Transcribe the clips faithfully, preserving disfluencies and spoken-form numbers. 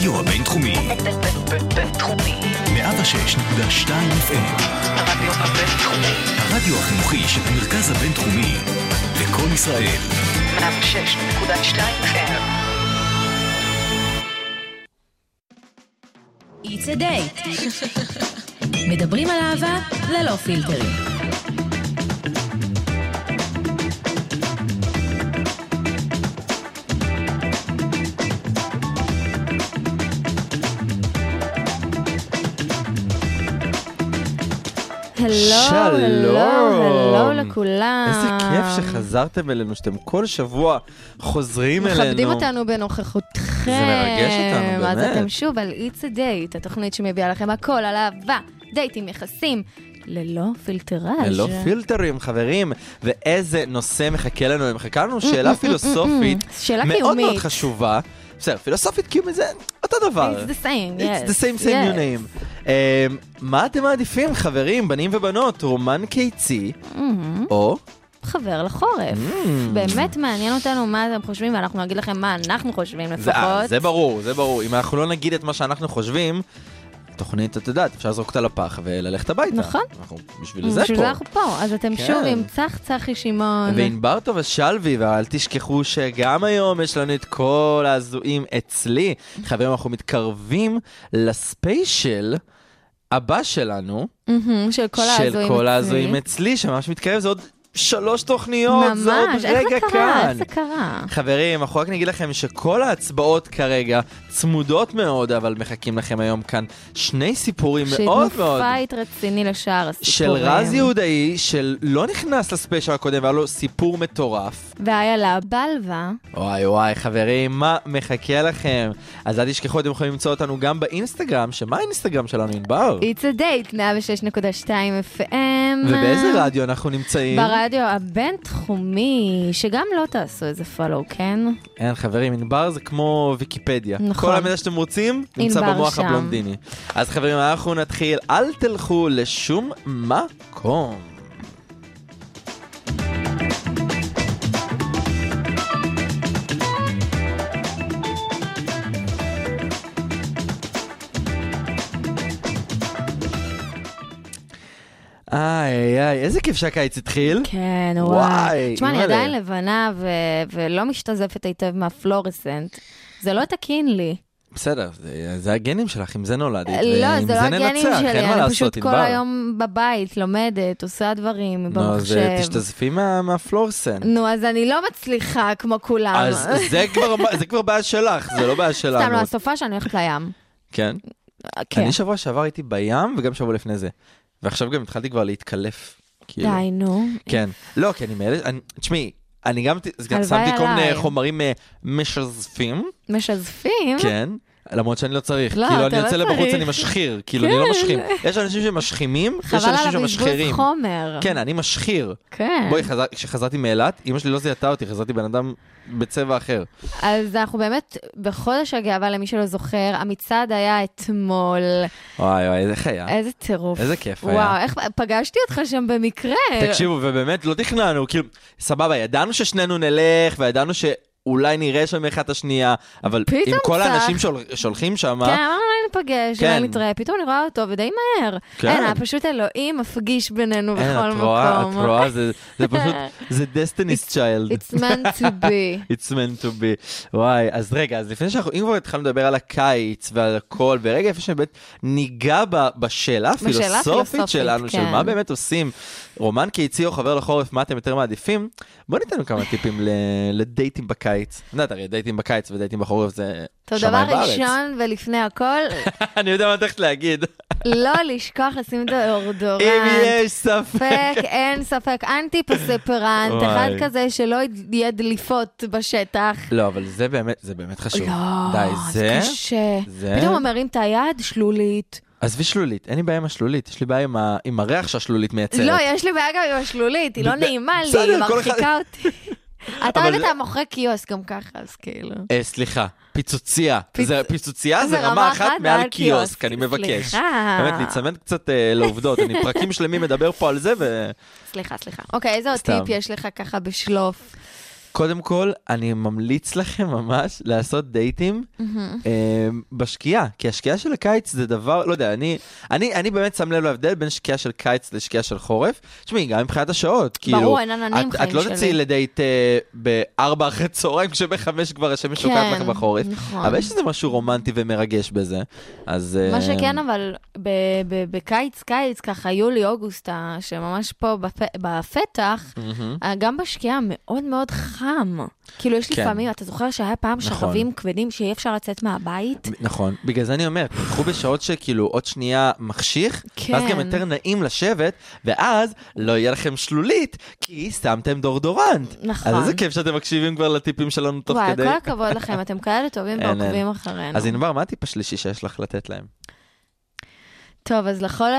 הרדיו הבינתחומי. בינתחומי. מאה ושש נקודה שתיים אף אם. הרדיו הבינתחומי. הרדיו החינוכי של המרכז הבינתחומי. לקול ישראל. מאה ושש נקודה שתיים אף אם. It's a date. מדברים על אהבה ללא פילטרים. הלו, הלו, הלו לכולם. איזה כיף שחזרתם אלינו, שאתם כל שבוע חוזרים אלינו. מכבדים אותנו בנוכחותכם. זה מרגש אותנו, באמת. אז אתם שוב על It's a Date, התוכנית שמביאה לכם הכל על אהבה, דייטים, יחסים, ללא פילטראז'. ללא פילטרים, חברים. ואיזה נושא מחכה לנו? מחכה לנו שאלה פילוסופית. שאלה מאוד קיומית. מאוד חשובה. בסדר, פילוסופית קיומית זה אותו דבר. It's the same, yes. It's the same, same yes. new name. Um, מה אתם מעדיפים, חברים, בנים ובנות? רומן קיצי, Mm-hmm. או... חבר לחורף. Mm. באמת מעניין אותנו מה אתם חושבים, ואנחנו נגיד לכם מה אנחנו חושבים זה, לפחות. זה ברור, זה ברור. אם אנחנו לא נגיד את מה שאנחנו חושבים, תוכנית, את יודעת, אפשר לזרוק אותה לפח וללכת הביתה. נכון. אנחנו, בשביל זה בשביל פה. זה אנחנו פה. אז אתם כן. שוב עם צח צחי שמעון. וענבר טוב ושלוי, ואל תשכחו שגם היום יש לנו את כל הזויים אצלי. חברים, אנחנו מתקרבים לספיישל הבא שלנו, מהמם, של כל של הזויים כל אצלי. הזויים אצלי, שממש מתקרב, זה עוד שלוש תוכניות, זה עוד ממש, איך רגע זה קרה? כאן. איך זה קרה? חברים, אנחנו רק נגיד לכם שכל ההצבעות כרגע צמודות מאוד, אבל מחכים לכם היום כאן שני סיפורים מאוד מאוד. שהתנו פייט רציני לשאר הסיפורים. של רז יהודאי, שלא נכנס לספיישל הקודם, והיה לו סיפור מטורף. והיה לה בלווה. וואי וואי, חברים, מה מחכה לכם? אז אל תשכחו, אתם יכולים למצוא אותנו גם באינסטגרם, שמה האינסטגרם שלנו, ענבר? It's a Date, מאה ושש נקודה שתיים אף אם. ובאיזה רדיו אנחנו נמצאים? ברדיו הבינתחומי, שגם לא תעשו איזה פולו, כן? אין, חברים, ענבר זה כמו ויקיפדיה. נכון. כל המידע שאתם רוצים, נמצא ענבר במוח שם. הבלונדיני. אז חברים, אנחנו נתחיל, אל תלכו לשום מקום. איי, איי, איזה כיף שהקיץ התחיל. כן, וואי, וואי. תשמע, אני אימא'לה. עדיין לבנה ו- ולא משתזפת היטב מהפלורסנט. זה לא תקין לי. בסדר, זה, זה הגנים שלך, אם זה נולדת. לא, ועם זה לא הגנים ננצח, אין שלי, מה אני לעשות, פשוט כל ענבר. היום בבית, לומדת, עושה דברים נו, אז במחשב. תשתזפי מה, מהפלורסן. נו, אז אני לא מצליחה כמו כולם. אז זה כבר, זה כבר בעיה שלך, זה לא בעיה שלנו. סתם, לא, הסופה שאני הולכת לים. כן? כן. אני שבוע שעבר הייתי בים, וגם שבוע לפני זה. ועכשיו גם התחלתי כבר להתקלף. כאילו. די, נו. כן. לא, כי אני מאלה, אני- תשמעי, אני גם ת- הלוואי שמתי כל מיני עליי. חומרים אה, משזפים, משזפים? כן. למרות שאני לא צריך, לא, כאילו אתה אני לא יוצא לבחוץ, צריך. אני משחיר, כאילו אני לא כן. משחים. יש אנשים שמשחימים, יש חבל אנשים על הבזבוז שמשחירים. חומר. כן, אני משחיר. כן. בואי, חזר- כשחזרתי מאילת, אמא שלי לא זיהתה אותי, חזרתי בן אדם בצבע אחר. אז אנחנו באמת, בחודש הגאווה, למי שלא זוכר, המצעד היה אתמול. וואי וואי, איזה חיה. איזה טירוף. איזה כיף היה. וואו, איך פגשתי אותך שם במקרה. תקשיבו, ובאמת לא תכננו, כאילו, סבבה, ידענו ששנינו נלך, וידענו שאולי נראה שם אחד את השנייה, אבל פתאום עם כל צח. האנשים שהול- שהולכים שם, כן, אמרנו אולי ניפגש, כן. אולי נתראה, פתאום אני רואה אותו, ודי מהר. כן. אין, היה פשוט אלוהים מפגיש בינינו אין, בכל את רואה, את מקום. רואה, זה זה פשוט, זה Destiny's Child. It's meant to be. It's meant to be. וואי, אז רגע, אז לפני שאנחנו, אם כבר התחלנו לדבר על הקיץ ועל הכל, ורגע, לפני שבאמת ניגע ב- בשאלה הפילוסופית הפילוסופית, שלנו, של כן. מה באמת עושים, רומן קיצי או חבר לחורף, מה אתם יותר מעדיפים, בואו ניתן לנו כמה טיפים ל- לדייטים בקיץ. אני יודעת, הרי דייטים בקיץ ודייטים בחורף זה טוב, שמיים דבר בארץ. ראשון ולפני הכל, אני יודע מה תכף להגיד. לא לשכוח לשים דאודורנט. אם יש ספק. ספק, אין ספק, אנטי פספרנט, וואי. אחד כזה שלא יהיה דליפות בשטח. לא, אבל זה באמת, זה באמת חשוב. לא, די, זה... זה קשה. זה- פתאום הוא מרים את היד, שלולית. עזבי שלולית, אין לי בעיה עם השלולית, יש לי בעיה עם, ה... עם הריח שהשלולית מייצרת. לא, יש לי בעיה גם עם השלולית, היא לא ב- נעימה לי, בסדר, היא כל מרחיקה אחד- אותי. אתה אבל אוהב זה- את המוכרי קיוסק גם ככה, אז כאילו. אה, סליחה, פיצוצייה. פיצ- זה, פיצוצייה זה זה רמה רמה אחת אחת מעל מעל קיוסק, קיוסק. אני מבקש. סליחה. באמת, להצמד קצת אה, לעובדות, אני פרקים שלמים מדבר פה על זה, ו... סליחה, סליחה. אוקיי, איזה עוד סתם. טיפ יש לך ככה בשלוף? קודם כל, אני ממליץ לכם ממש לעשות דייטים אה, בשקיעה, כי השקיעה של הקיץ זה דבר, לא יודע, אני, אני, אני באמת שם לב להבדל בין שקיעה של קיץ לשקיעה של חורף. תשמעי, גם מבחינת השעות, ברור, אין עננים את, חיים את לא שלי. תצאי לדייט אה, בארבע אחרי צהריים, כשבחמש כבר השמש שוקעת לך בחורף. נכון. אבל יש איזה משהו רומנטי ומרגש בזה. אז... מה אה, שכן, אבל ב- ב- בקיץ, קיץ, ככה יולי, אוגוסט, ה- שממש פה בפ- בפתח, גם בשקיעה מאוד מאוד חם. כאילו יש כן. לפעמים, אתה זוכר שהיה פעם נכון. שכבים כבדים שאי אפשר לצאת מהבית? נכון, בגלל זה אני אומר, תלכו בשעות שכאילו עוד שנייה מחשיך, כן. ואז גם יותר נעים לשבת, ואז לא יהיה לכם שלולית, כי שמתם דורדורנט. נכון. אז איזה כיף שאתם מקשיבים כבר לטיפים שלנו תוך וואי, כדי. כל הכבוד לכם, אתם כאלה טובים אין, ועוקבים אין. אחרינו. אז ענבר, מה הטיפ השלישי שיש לך לתת להם? טוב, אז לכל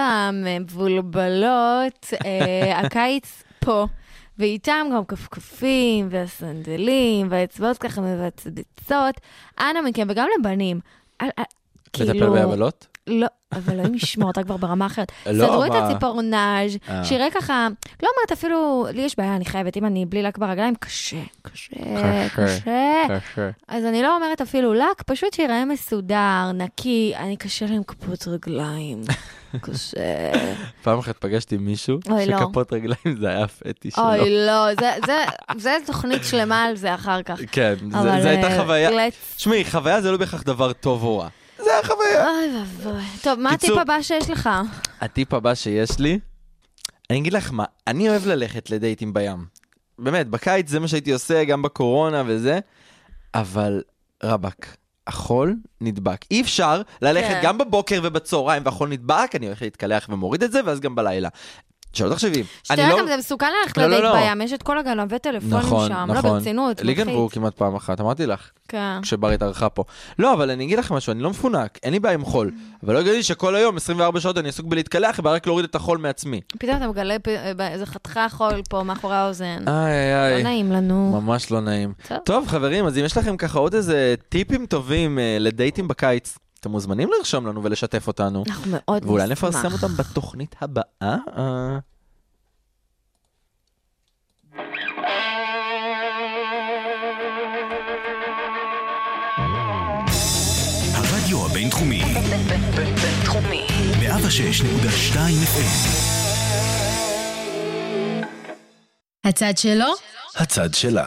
המבולבלות, אה, הקיץ פה, ואיתם גם כפכפים והסנדלים, והאצבעות ככה מבצבצות, אנא מכם, וגם לבנים. אל- אל- לטפל כאילו, בהבלות? לא, אבל לא אם ישמור, אתה כבר ברמה אחרת. לא, סדרו את מה? הציפורנאז', אה. שיראה ככה, לא אומרת אפילו, לי יש בעיה, אני חייבת, אם אני בלי לק ברגליים, קשה, קשה, קשה. קשה. קשה. אז אני לא אומרת אפילו לק, פשוט שיראה מסודר, נקי, אני קשה להם כפות רגליים. קשה. פעם אחת פגשתי מישהו, אוי, לא. שכפות רגליים זה היה הפטי שלו. אוי, לא, זה- זה- זה תוכנית שלמה על זה אחר כך. כן, זה- אבל, זה הייתה אה, חוויה. let's- תשמעי, חוויה זה לא בהכרח דבר טוב או רע. זה היה חוויה. אוי ואבוי. טוב, מה קיצור- הטיפ הבא שיש לך? הטיפ הבא שיש לי, אני אגיד לך מה, אני אוהב ללכת לדייטים בים. באמת, בקיץ זה מה שהייתי עושה, גם בקורונה וזה, אבל רבק, החול נדבק. אי אפשר ללכת כן. גם בבוקר ובצהריים והחול נדבק, אני הולך להתקלח ומוריד את זה, ואז גם בלילה. שלא תחשבי. שתראה גם, זה מסוכן ללכת לא, לא, לדייט לא. בים, יש את כל הגנבי טלפונים נכון, שם, לא נכון. ברצינות, לי גנבו מלחיץ. כמעט פעם אחת, אמרתי לך. כן. כשבר התארחה פה. לא, אבל אני אגיד לך משהו, אני לא מפונק, אין לי בעיה עם חול. אבל לא אגיד שכל היום, עשרים וארבע שעות, אני עסוק בלהתקלח, ובא רק להוריד את החול מעצמי. פתאום אתה מגלה פ- איזה חתיכה חול פה מאחורי האוזן. איי, איי. לא נעים לנו. ממש לא נעים. טוב. טוב, חברים, אז אם יש לכם ככה עוד איזה טיפים טובים אה, לדייטים בקיץ, אתם מוזמנים לרשום לנו ולשתף אותנו. אנחנו מאוד ואולי נשמח. נפרסם אותם בתוכנית הבאה. אה, הרדיו הבינתחומי, בינתחומי. מאה ושש נקודה שתיים אף אם. הצד שלו? הצד שלה.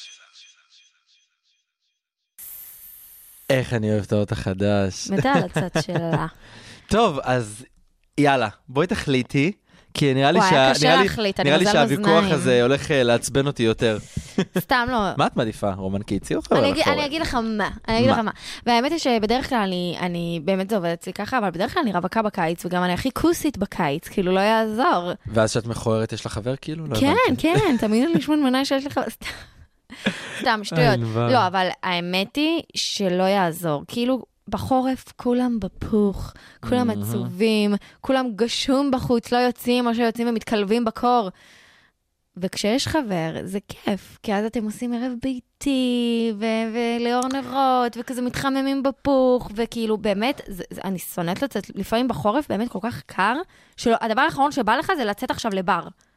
איך אני אוהב את האות החדש. מתה על הצד שלה. טוב, אז יאללה, בואי תחליטי, כי נראה לי וואי, שה- היה קשה נראה לי- להחליט, אני נראה לי מזל שהוויכוח באוזניים. הזה הולך אה, לעצבן אותי יותר. סתם לא. מה את מעדיפה? רומן קיצי או אני חבל אגיד- אחורה? אני אגיד לך מה, אני אגיד מה? לך מה. והאמת היא שבדרך כלל אני, אני, באמת זה עובד אצלי ככה, אבל בדרך כלל אני רווקה בקיץ, וגם אני הכי כוסית בקיץ, כאילו לא יעזור. ואז שאת מכוערת יש לך חבר כאילו? לא כן, הבנתי. כן, תמיד לי לשמון מנה שיש לך... סתם. סתם, שטויות. ענבר. לא, אבל האמת היא שלא יעזור. כאילו, בחורף כולם בפוך, כולם עצובים, כולם גשום בחוץ, לא יוצאים, או שיוצאים ומתקלבים בקור. וכשיש חבר, זה כיף, כי אז אתם עושים ערב ביתי, ו- ולאור נרות, וכזה מתחממים בפוך, וכאילו באמת, זה, זה, אני שונאת לצאת, לפעמים בחורף באמת כל כך קר, שהדבר האחרון שבא לך זה לצאת עכשיו לבר,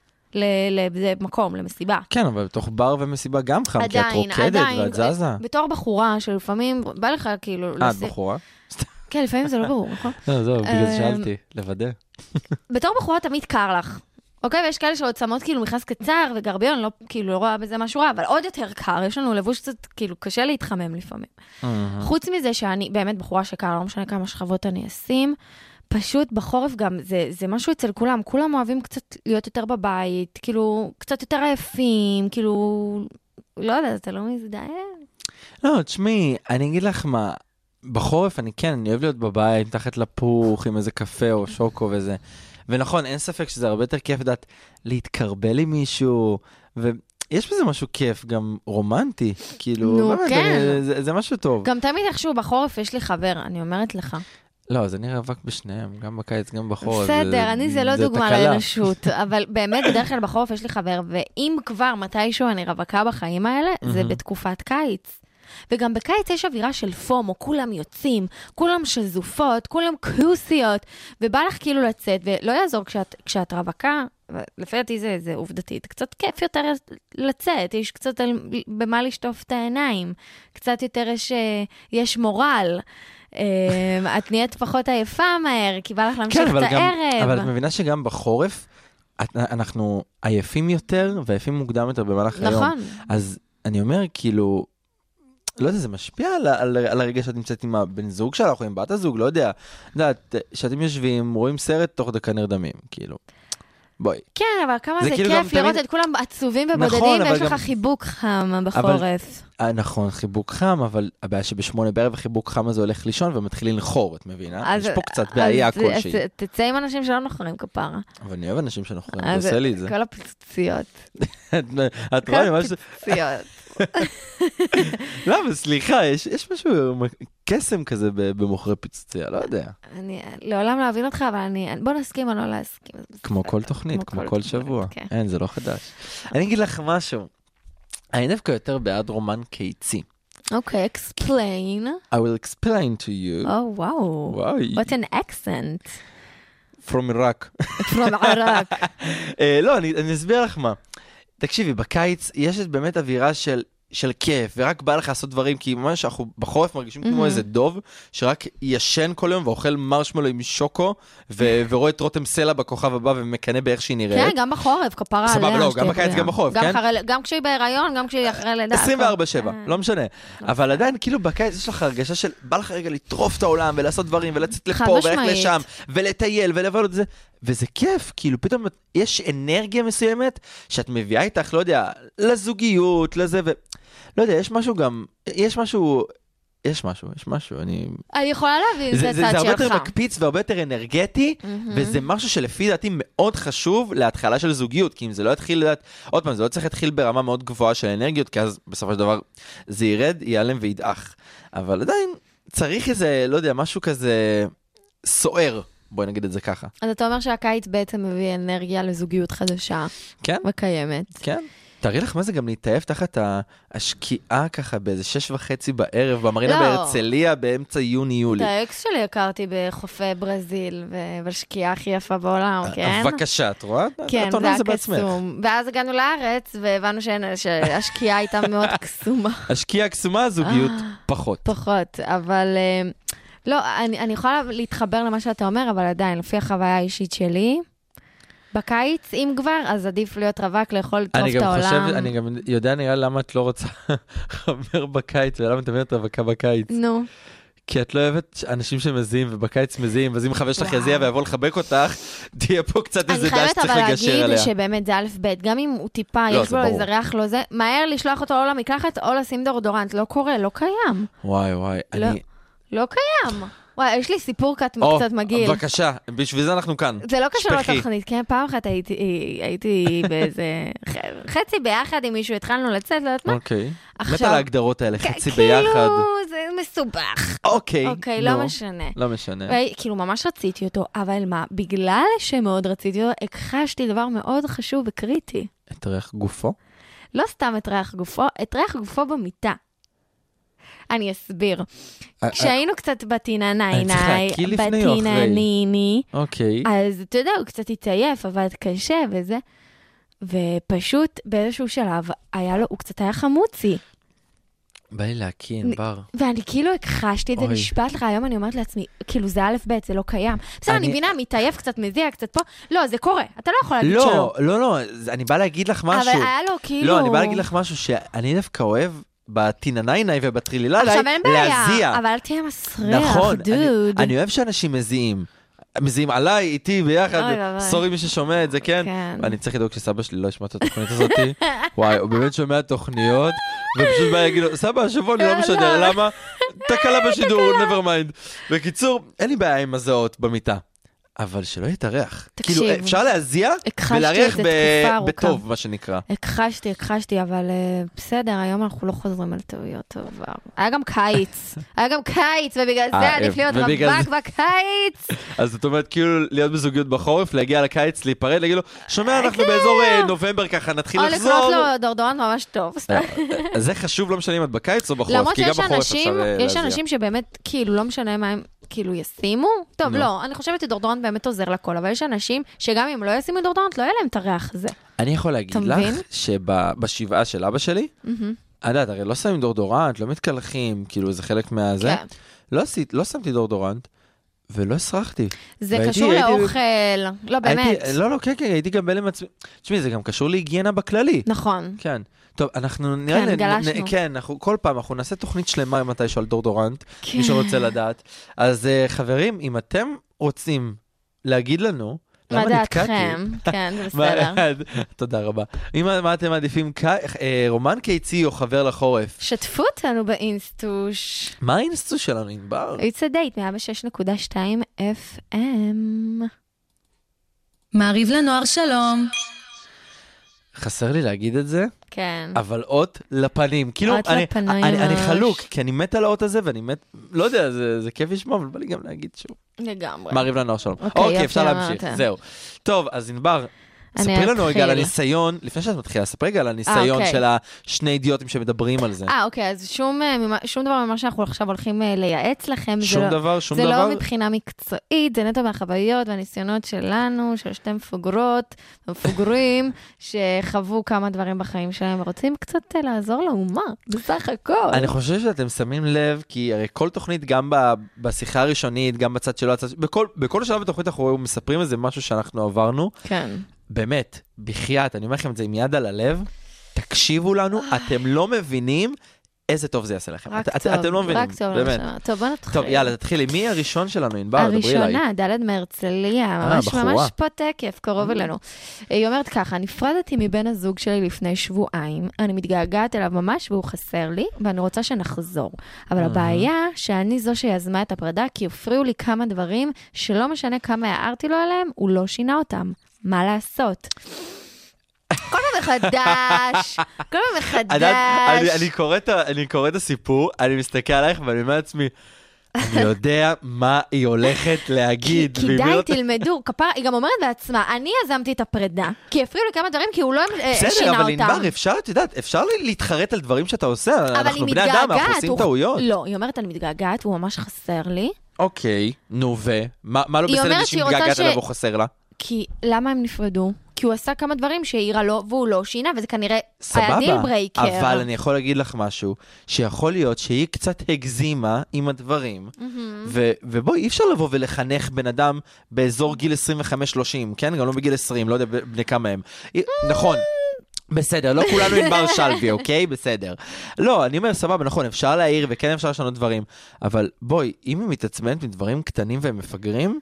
למקום, למסיבה. כן, אבל בתוך בר ומסיבה גם חם, כי את עדיין, רוקדת עדיין, ואת זזה. בתור בחורה שלפעמים בא לך כאילו... אה, את לס- בחורה? כן, לפעמים זה לא ברור, נכון? לא, זהו, בגלל זה אמ, שאלתי, לוודא. בתור בחורה תמיד קר לך. אוקיי, ויש כאלה שעוד שמות כאילו מכנס קצר וגרביון, לא, כאילו לא רואה בזה משהו רע, אבל עוד יותר קר, יש לנו לבוש קצת, כאילו קשה להתחמם לפעמים. חוץ מזה שאני באמת בחורה שקר, לא משנה כמה שכבות אני אשים, פשוט בחורף גם, זה, זה משהו אצל כולם, כולם אוהבים קצת להיות יותר בבית, כאילו, קצת יותר עייפים, כאילו, לא יודעת, אתה לא מזדהה? לא, תשמעי, אני אגיד לך מה, בחורף אני כן, אני אוהב להיות בבית, מתחת לפוך, עם איזה קפה או שוקו וזה. ונכון, אין ספק שזה הרבה יותר כיף לדעת להתקרבל עם מישהו, ויש בזה משהו כיף, גם רומנטי, כאילו, נו, באמת, כן. אני, זה, זה משהו טוב. גם תמיד איכשהו בחורף יש לי חבר, אני אומרת לך. לא, אז אני רווק בשניהם, גם בקיץ, גם בחורף. בסדר, אני זה לא דוגמה תקלה. לאנושות, אבל באמת בדרך כלל בחורף יש לי חבר, ואם כבר מתישהו אני רווקה בחיים האלה, זה בתקופת קיץ. וגם בקיץ יש אווירה של פומו, כולם יוצאים, כולם שזופות, כולם כוסיות, ובא לך כאילו לצאת, ולא יעזור כשאת, כשאת רווקה, לפי דעתי זה, זה עובדתית, קצת כיף יותר לצאת, יש קצת על, במה לשטוף את העיניים, קצת יותר יש, יש מורל, את נהיית פחות עייפה מהר, כי בא לך להמשיך כן, את גם, הערב. אבל את מבינה שגם בחורף, את, אנחנו עייפים יותר, ועייפים מוקדם יותר במהלך נכון. היום. אז אני אומר, כאילו, לא יודע, זה משפיע על, על, על הרגע שאת נמצאת עם הבן זוג שלך, או עם בת הזוג, לא יודע. יודעת, שאתם יושבים, רואים סרט תוך דקה נרדמים, כאילו. בואי. כן, אבל כמה זה, זה כאילו כיף לראות תמיד... את כולם עצובים ובודדים, נכון, ויש לך גם... חיבוק חם בחורף. אבל... נכון, חיבוק חם, אבל הבעיה שבשמונה בערב החיבוק חם הזה הולך לישון ומתחיל לנחור, את מבינה? אז... יש פה קצת בעיה כלשהי. אז תצא עם אנשים שלא נחרים כפרה. אבל אני אוהב אנשים שנוחרים, זה עושה לי את זה. כל הפיצוציות. את רואה ממש... כל הפיצוציות. לא, אבל סליחה, יש, יש משהו, קסם כזה במוכרי פיצוציה, לא יודע. אני לעולם להבין אותך, אבל אני, בוא נסכים או לא להסכים. כמו כל תוכנית, כמו כל שבוע. אין, זה לא חדש. אני אגיד לך משהו. אני דווקא יותר בעד רומן קיצי. אוקיי, explain. I will explain to you. Oh, wow. Wow. What an accent. From Iraq. From Iraq. לא, אני אסביר לך מה. תקשיבי, בקיץ יש באמת אווירה של, של כיף, ורק בא לך לעשות דברים, כי ממש אנחנו בחורף מרגישים כמו איזה דוב, שרק ישן כל יום ואוכל מרשמלו עם שוקו, ו- ורואה את רותם סלע בכוכב הבא ומקנה באיך שהיא נראית. כן, גם בחורף, כפרה עליה. סבבה, לא, גם בקיץ, גם בחורף, כן? גם כשהיא בהיריון, גם כשהיא אחרי לידה. עשרים וארבע שבע, לא משנה. אבל עדיין, כאילו בקיץ יש לך הרגשה של, בא לך רגע לטרוף את העולם, ולעשות דברים, ולצאת לפה, וללכת לשם, ולטייל, ולבוא את זה. וזה כיף, כאילו פתאום יש אנרגיה מסוימת שאת מביאה איתך, לא יודע, לזוגיות, לזה, ו... לא יודע, יש משהו גם, יש משהו, יש משהו, יש משהו, אני... אני יכולה להבין את הצד שלך. זה הרבה יותר מקפיץ והרבה יותר אנרגטי, וזה משהו שלפי דעתי מאוד חשוב להתחלה של זוגיות, כי אם זה לא יתחיל, עוד פעם, זה לא צריך להתחיל ברמה מאוד גבוהה של אנרגיות, כי אז בסופו של דבר זה ירד, ייעלם וידעך. אבל עדיין צריך איזה, לא יודע, משהו כזה סוער. בואי נגיד את זה ככה. אז אתה אומר שהקיץ בעצם מביא אנרגיה לזוגיות חדשה. כן. וקיימת. כן. תראי לך מה זה גם להתעייף תחת השקיעה ככה באיזה שש וחצי בערב, במרינה בהרצליה באמצע יוני-יולי. את האקס שלי הכרתי בחופי ברזיל, ובשקיעה הכי יפה בעולם, כן? בבקשה, את רואה? כן, זה היה קסום. ואז הגענו לארץ, והבנו שהשקיעה הייתה מאוד קסומה. השקיעה קסומה, הזוגיות פחות. פחות, אבל... לא, אני, אני יכולה להתחבר למה שאתה אומר, אבל עדיין, לפי החוויה האישית שלי, בקיץ, אם כבר, אז עדיף להיות רווק, לאכול לטרוף את העולם. חושב, אני גם יודע נראה למה את לא רוצה חבר בקיץ, ולמה את אומרת רווקה בקיץ. נו. כי את לא אוהבת אנשים שמזיעים, ובקיץ מזיעים, ואז אם חבר שלך יזיע ויבוא לחבק אותך, תהיה פה קצת איזה דש שצריך לגשר עליה. אני חייבת אבל להגיד שבאמת זה א' ב', גם אם הוא טיפה, יש לו איזה ריח לא זה, מהר לשלוח אותו או למקלחת, או לשים דורדורנט, לא קורה, לא קיים. וואי וואי, אני... לא קיים. וואי, יש לי סיפור קצת מגעיל. בבקשה, בשביל זה אנחנו כאן. זה לא קשור לתוכנית, כן? פעם אחת הייתי באיזה... חצי ביחד עם מישהו, התחלנו לצאת, לא יודעת מה. אוקיי. מת על ההגדרות האלה, חצי ביחד. כאילו, זה מסובך. אוקיי. אוקיי, לא משנה. לא משנה. כאילו, ממש רציתי אותו, אבל מה? בגלל שמאוד רציתי אותו, הכחשתי דבר מאוד חשוב וקריטי. את ריח גופו? לא סתם את ריח גופו, את ריח גופו במיטה. אני אסביר. כשהיינו קצת בתיננייני, בתינניני, אז אתה יודע, הוא קצת התעייף, עבד קשה וזה, ופשוט באיזשהו שלב, היה לו, הוא קצת היה חמוצי. בא לי להקין, בר. ואני כאילו הכחשתי את זה, נשפט לך, היום אני אומרת לעצמי, כאילו זה א' ב', זה לא קיים. בסדר, אני מבינה, מתעייף קצת, מזיע קצת פה, לא, זה קורה, אתה לא יכול להגיד שלא. לא, לא, לא, אני בא להגיד לך משהו. אבל היה לו כאילו... לא, אני בא להגיד לך משהו שאני דווקא אוהב, בטיננייני ובטריליללי, להזיע. עכשיו אין בעיה, אבל תהיה מסריח, נכון, דוד. אני, אני אוהב שאנשים מזיעים. מזיעים עליי, איתי, ביחד. סורי מי ששומע את זה, כן? כן. אני צריך לדאוג שסבא שלי לא ישמע את התוכנית הזאת. וואי, הוא באמת שומע תוכניות, ופשוט בא להגיד לו, סבא, השבוע אני לא משדר, למה? תקלה בשידור, never mind. בקיצור, אין לי בעיה עם הזעות במיטה. אבל שלא יתארח. כאילו, אפשר להזיע ולהריח בטוב, מה שנקרא. הכחשתי, הכחשתי, אבל בסדר, היום אנחנו לא חוזרים על טעויות טובה. היה גם קיץ. היה גם קיץ, ובגלל זה עדיף להיות רווק בקיץ. אז זאת אומרת, כאילו, להיות בזוגיות בחורף, להגיע לקיץ, להיפרד, להגיד לו, שומע, אנחנו באזור נובמבר ככה, נתחיל לחזור. או לקנות לו דורדורנט ממש טוב. אז זה חשוב, לא משנה אם את בקיץ או בחורף, כי גם בחורף אפשר להזיע. יש אנשים שבאמת, כאילו, לא משנה מה הם, כאילו ישימו? טוב, נו. לא, אני חושבת שדורדורנט באמת עוזר לכל, אבל יש אנשים שגם אם לא ישימו דורדורנט, לא יהיה להם את הריח הזה. אני יכול להגיד אתה לך מבין? שבשבעה של אבא שלי, אני יודעת, הרי לא שמים דורדורנט, לא מתקלחים, כאילו זה חלק מהזה. כן. לא עשית, לא שמתי דורדורנט, ולא הסרחתי. זה והייתי- קשור הייתי- לאוכל, לא באמת. הייתי- לא, לא, כן, כן, הייתי גם בין עם עצמי. תשמעי, זה גם קשור להיגיינה בכללי. נכון. כן. טוב, אנחנו נראה... כן, לי- גלשנו. נ- כן, אנחנו כל פעם, אנחנו נעשה תוכנית שלמה מתישהו על דורדורנט, כן. מי שרוצה לדעת. אז אה, חברים, אם אתם רוצים להגיד לנו, מה למה נתקעתי? דעתכם? כן, זה מה- בסדר. תודה רבה. אם מה אתם מעדיפים, ק- אה, רומן קיצי או חבר לחורף? שתפו אותנו באינסטוש. מה האינסטוס שלנו, ענבר? It's a date, מאה ושש נקודה שתיים אף אם. מעריב לנוער שלום. חסר לי להגיד את זה, כן. אבל אות לפנים. כאילו, אות אני- לפנים אני אני ממש. חלוק, כי אני מת על האות הזה, ואני מת, לא יודע, זה זה כיף לשמוע, אבל בא לי גם להגיד שוב. לגמרי. מעריב לנוער שלום. אוקיי, אוקיי, יופי, אפשר להמשיך, אמרת. זהו. טוב, אז ענבר, אני ספרי לנו רגע על אתחיל. הניסיון, לפני שאת מתחילה, ספרי רגע על הניסיון אוקיי. של השני אידיוטים שמדברים על זה. אה, אוקיי, אז שום, אה, ממה- שום דבר ממה שאנחנו עכשיו הולכים אה, לייעץ לכם, זה שום לא- דבר, שום זה דבר. לא מבחינה מקצועית, זה נטו מהחוויות והניסיונות שלנו, של שתי מפוגרות ומפוגרים, שחוו כמה דברים בחיים שלהם, ורוצים קצת אה, לעזור לאומה, בסך הכל. אני חושב שאתם שמים לב, כי הרי כל תוכנית, גם ב- בשיחה הראשונית, גם בצד שלו, הצד- בכל- בכל שלב בתוכנית אנחנו מספרים איזה משהו שאנחנו עברנו. כן. באמת, בחייאת, אני אומר לכם את זה עם יד על הלב, תקשיבו לנו, אתם לא מבינים איזה טוב זה יעשה לכם. רק את- טוב, אתם לא מבינים, רק טוב. באמת. לנשמה. טוב, בוא נתחיל. טוב, יאללה, תתחילי. מי הראשון שלנו, ענבר? דברי אליי. הראשונה, דלת מהרצליה, אה, ממש בחורה. ממש פה תקף, קרוב אלינו. היא אומרת ככה, נפרדתי מבן הזוג שלי לפני שבועיים, אני מתגעגעת אליו ממש והוא חסר לי, ואני רוצה שנחזור. אבל הבעיה שאני זו שיזמה את הפרידה, כי הפריעו לי כמה דברים שלא משנה כמה הערתי לו עליהם, הוא לא שינה אותם. מה לעשות? כל פעם מחדש, כל פעם את יודעת, אני- מחדש. אני קורא את ה- אני קורא את הסיפור, אני מסתכל עלייך ואני אומר לעצמי, אני יודע מה היא הולכת להגיד. והיא כדאי, אומרת- תלמדו, כפרה, היא גם אומרת בעצמה, אני יזמתי את הפרידה, כי הפריעו לי כמה דברים, כי הוא לא אה, בסדר, שינה אבל אותם. ענבר, אפשר, את יודעת, אפשר להתחרט על דברים שאתה עושה, אבל אנחנו היא בני אדם, אנחנו מתגעגעת. עושים הוא- טעויות. לא, היא אומרת, אני מתגעגעת, והוא ממש חסר לי, אוקיי, נו ו? מה מה לא היא בסדר אומרת שהיא שהיא רוצה מתגעגעת ש- אליו או חסר לה? כי למה הם נפרדו? כי הוא עשה כמה דברים שהעירה לו, והוא לא שינה, וזה כנראה היה דיל סבבה, ברייקר. אבל אני יכול להגיד לך משהו, שיכול להיות שהיא קצת הגזימה עם הדברים, ו- ובואי, אי אפשר לבוא ולחנך בן אדם באזור גיל עשרים וחמש שלושים, כן? גם לא בגיל עשרים, לא יודע בני כמה הם. אי- נכון. בסדר, לא כולנו ענבר שלוי, אוקיי? בסדר. לא, אני אומר, סבבה, נכון, אפשר להעיר וכן אפשר לשנות דברים, אבל בואי, אם היא מתעצמנת מדברים קטנים והם מפגרים,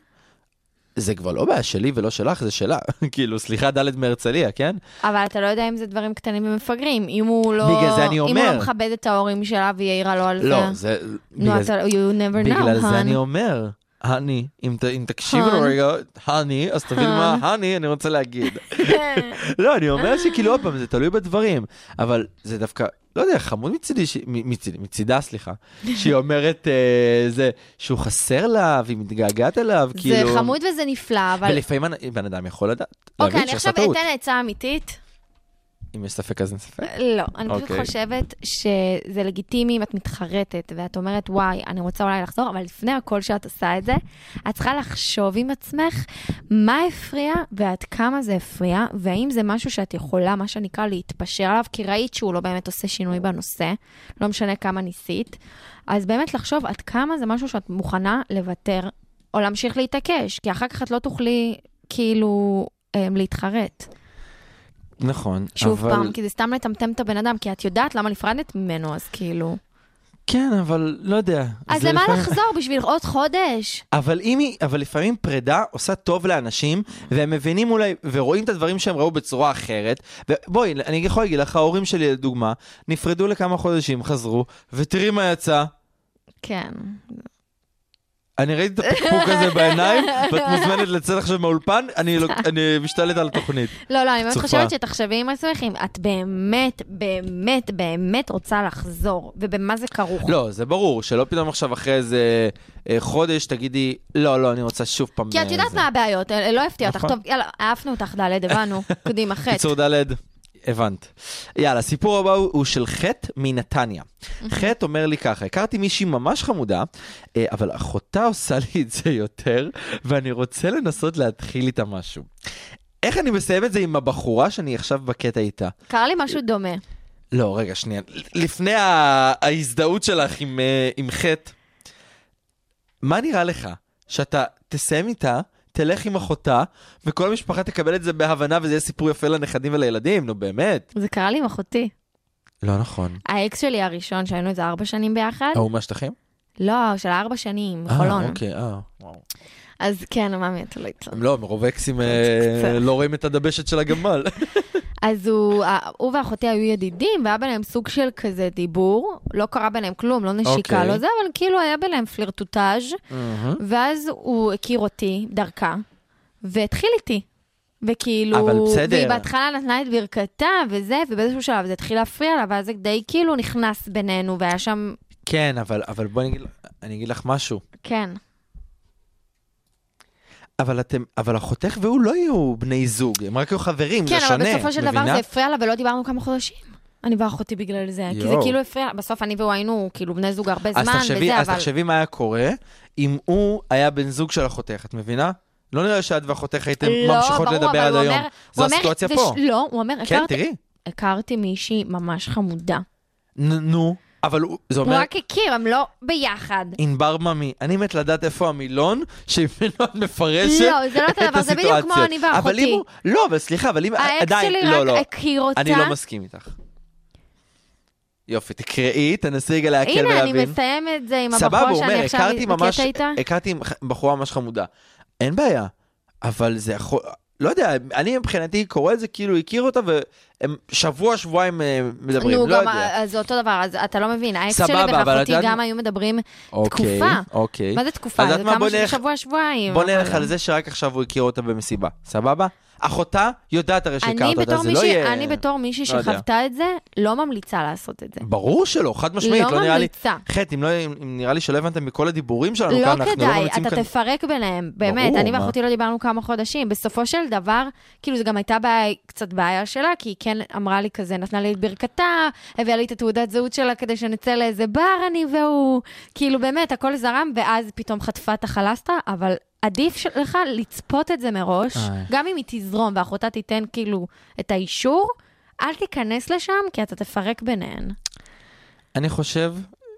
זה כבר לא בעיה שלי ולא שלך, זה שלה. כאילו, סליחה, דלת מהרצליה, כן? אבל אתה לא יודע אם זה דברים קטנים ומפגרים, אם הוא לא... בגלל זה אני אם הוא אומר. לא מכבד את ההורים שלה והיא העירה לו על זה. לא, זה... נו, בגלל זה- אתה, you never know, בגלל זה hon. אני אומר, הני, אם ת- אם תקשיבו הון. לו רגע, הני, אז תבין מה הני אני רוצה להגיד. לא, אני אומר שכאילו עוד פעם, זה תלוי בדברים, אבל זה דווקא, לא יודע, חמוד מצידי, ש- מ- מצידי, מצידה, סליחה, שהיא אומרת אה, זה, שהוא חסר לה, והיא מתגעגעת אליו, זה כאילו... חמוד וזה נפלא, אבל... ולפעמים אנ- בן אדם יכול לדעת, אוקיי, להבין אני שעשה עכשיו טעות. אתן עצה אמיתית. אם יש ספק אז אין ספק. לא, אני פשוט אוקיי. חושבת שזה לגיטימי אם את מתחרטת, ואת אומרת, וואי, אני רוצה אולי לחזור, אבל לפני הכל שאת עושה את זה, את צריכה לחשוב עם עצמך מה הפריע ועד כמה זה הפריע, והאם זה משהו שאת יכולה, מה שנקרא, להתפשר עליו, כי ראית שהוא לא באמת עושה שינוי בנושא, לא משנה כמה ניסית, אז באמת לחשוב עד כמה זה משהו שאת מוכנה לוותר, או להמשיך להתעקש, כי אחר כך את לא תוכלי, כאילו, אמ, להתחרט. נכון, שוב אבל... פעם, כי זה סתם לטמטם את הבן אדם, כי את יודעת למה נפרדת ממנו, אז כאילו... כן, אבל לא יודע. אז זה למה לפעמים- לחזור? בשביל עוד חודש? אבל אם היא, אבל לפעמים פרידה עושה טוב לאנשים, והם מבינים אולי, ורואים את הדברים שהם ראו בצורה אחרת, ובואי, אני יכול להגיד לך, ההורים שלי לדוגמה, נפרדו לכמה חודשים, חזרו, ותראי מה יצא. כן. אני ראיתי את הפקפוק הזה בעיניים, ואת מוזמנת לצאת עכשיו מהאולפן, אני, לא, אני משתלט על התוכנית. לא, לא, אני באמת צופה. חושבת שתחשבי עם עצמך, אם את באמת, באמת, באמת רוצה לחזור, ובמה זה כרוך. לא, זה ברור, שלא פתאום עכשיו אחרי איזה אה, חודש תגידי, לא, לא, אני רוצה שוב פעם... כי את יודעת זה." מה הבעיות, אה, לא הפתיע אותך. נכון. טוב, יאללה, אהפנו אותך דלת, הבנו. קדימה, חטא. קיצור דלת, הבנת. יאללה, הסיפור הבא הוא הוא של חטא מנתניה. חטא אומר לי ככה, הכרתי מישהי ממש חמודה, אבל אחותה עושה לי את זה יותר, ואני רוצה לנסות להתחיל איתה משהו. איך אני מסיים את זה עם הבחורה שאני עכשיו בקטע איתה? קרה לי משהו דומה. לא, רגע, שנייה. לפני ההזדהות שלך עם, עם חטא, מה נראה לך? שאתה תסיים איתה, תלך עם אחותה, וכל המשפחה תקבל את זה בהבנה, וזה יהיה סיפור יפה לנכדים ולילדים, נו באמת. זה קרה לי עם אחותי. לא נכון. האקס שלי הראשון, שהיינו איזה ארבע שנים ביחד. הוא מהשטחים? לא, של ארבע שנים, חולון. אה, אוקיי, אה, וואו. אז כן, מה מי, תלוי קצת. לא, מרוב אקסים לא רואים את הדבשת של הגמל. אז הוא, הוא ואחותי היו ידידים, והיה ביניהם סוג של כזה דיבור, לא קרה ביניהם כלום, לא נשיקה, okay. לא זה, אבל כאילו היה ביניהם פלירטוטאז', Mm-hmm. ואז הוא הכיר אותי דרכה, והתחיל איתי. וכאילו, אבל בסדר. והיא בהתחלה נתנה את ברכתה וזה, ובאיזשהו שלב זה התחיל להפריע לה, ואז זה די כאילו נכנס בינינו, והיה שם... כן, אבל, אבל בואי נגיד, אני אגיד לך משהו. כן. אבל אתם, אבל אחותך והוא לא יהיו בני זוג, הם רק יהיו חברים, כן, זה שונה, אבל בסופו של מבינה? דבר זה הפריע לה, ולא דיברנו כמה חודשים. אני ואחותי בגלל זה, כי זה כאילו הפריע, בסוף אני והוא היינו כאילו בני זוג הרבה זמן, תחשבי, וזה, אז אבל... תחשבי מה היה קורה, אם הוא היה בן זוג של אחותך, את מבינה? לא נראה שאת ואחותך הייתם לא, ממשיכות ברור, לדבר עד אבל הוא היום. אומר- זו הוא אומר, הסיטואציה זה פה. ש- לא, הוא אומר, כן, הכרתי- תראי. הכרתי מישהי ממש חמודה. נ- נו, אבל הוא- זה הוא אומר, רק הכיר, הם לא ביחד. ענבר ממי, אני מת לדעת איפה המילון שממנו את מפרשת לא, זה לא אותו את דבר, זה בדיוק הסיטואציה. כמו אני ואחותי. אבל אם הוא, לא, אבל סליחה, אבל אם, האקס עדיין, שלי לא, רק לא. הכיר אותה. אני לא מסכים איתך. יופי, תקראי, תנסי רגע להקל ולהבין. הנה, אני מסיים את זה עם סבבה, הבחור הוא אומר, שאני עכשיו הכרתי ממש, בקטע איתה. הכרתי עם בחורה ממש חמודה. אין בעיה, אבל זה יכול, לא יודע, אני מבחינתי קורא את זה כאילו הכיר אותה, והם שבוע, שבועיים אה, מדברים, נו, לא גם יודע. אז זה אותו דבר, אז אתה לא מבין. האקס סבבה, שלי אבל ואחותי את יודעת- גם היו מדברים אוקיי, תקופה. אוקיי. מה זה תקופה? אז זה יודעת מה, כמה בוא של נלך- שבוע, שבועיים. בוא אבל- נלך על זה שרק עכשיו הוא הכיר אותה במסיבה, סבבה? אחותה יודעת הרי שהכרת אני אותה, בתור זה לא מישהי- יהיה... אני בתור מישהי לא יודע. שחוותה את זה, לא ממליצה לעשות את זה. ברור שלא, חד משמעית, לא לא נראה לי... ממליצה. חטא, אם לא- אם נראה לי שלא הבנתם מכל הדיבורים שלנו לא כאן, אנחנו לא כדאי, ממליצים אתה כאן... תפרק ביניהם, באמת, ברור, אני מה? ואחותי לא דיברנו כמה חודשים, בסופו של דבר, כאילו זה גם הייתה בעיה, קצת בעיה שלה, כי היא כן אמרה לי כזה, נתנה לי את ברכתה, הביאה לי את התעודת זהות שלה כדי שנצא לאיזה בר אני והוא, כאילו באמת, הכל זרם, ואז פתאום חטפה את החלסטרה, אבל עדיף לך לצפות את זה מראש, איי. גם אם היא תזרום ואחותה תיתן כאילו את האישור, אל תיכנס לשם, כי אתה תפרק ביניהן. אני חושב,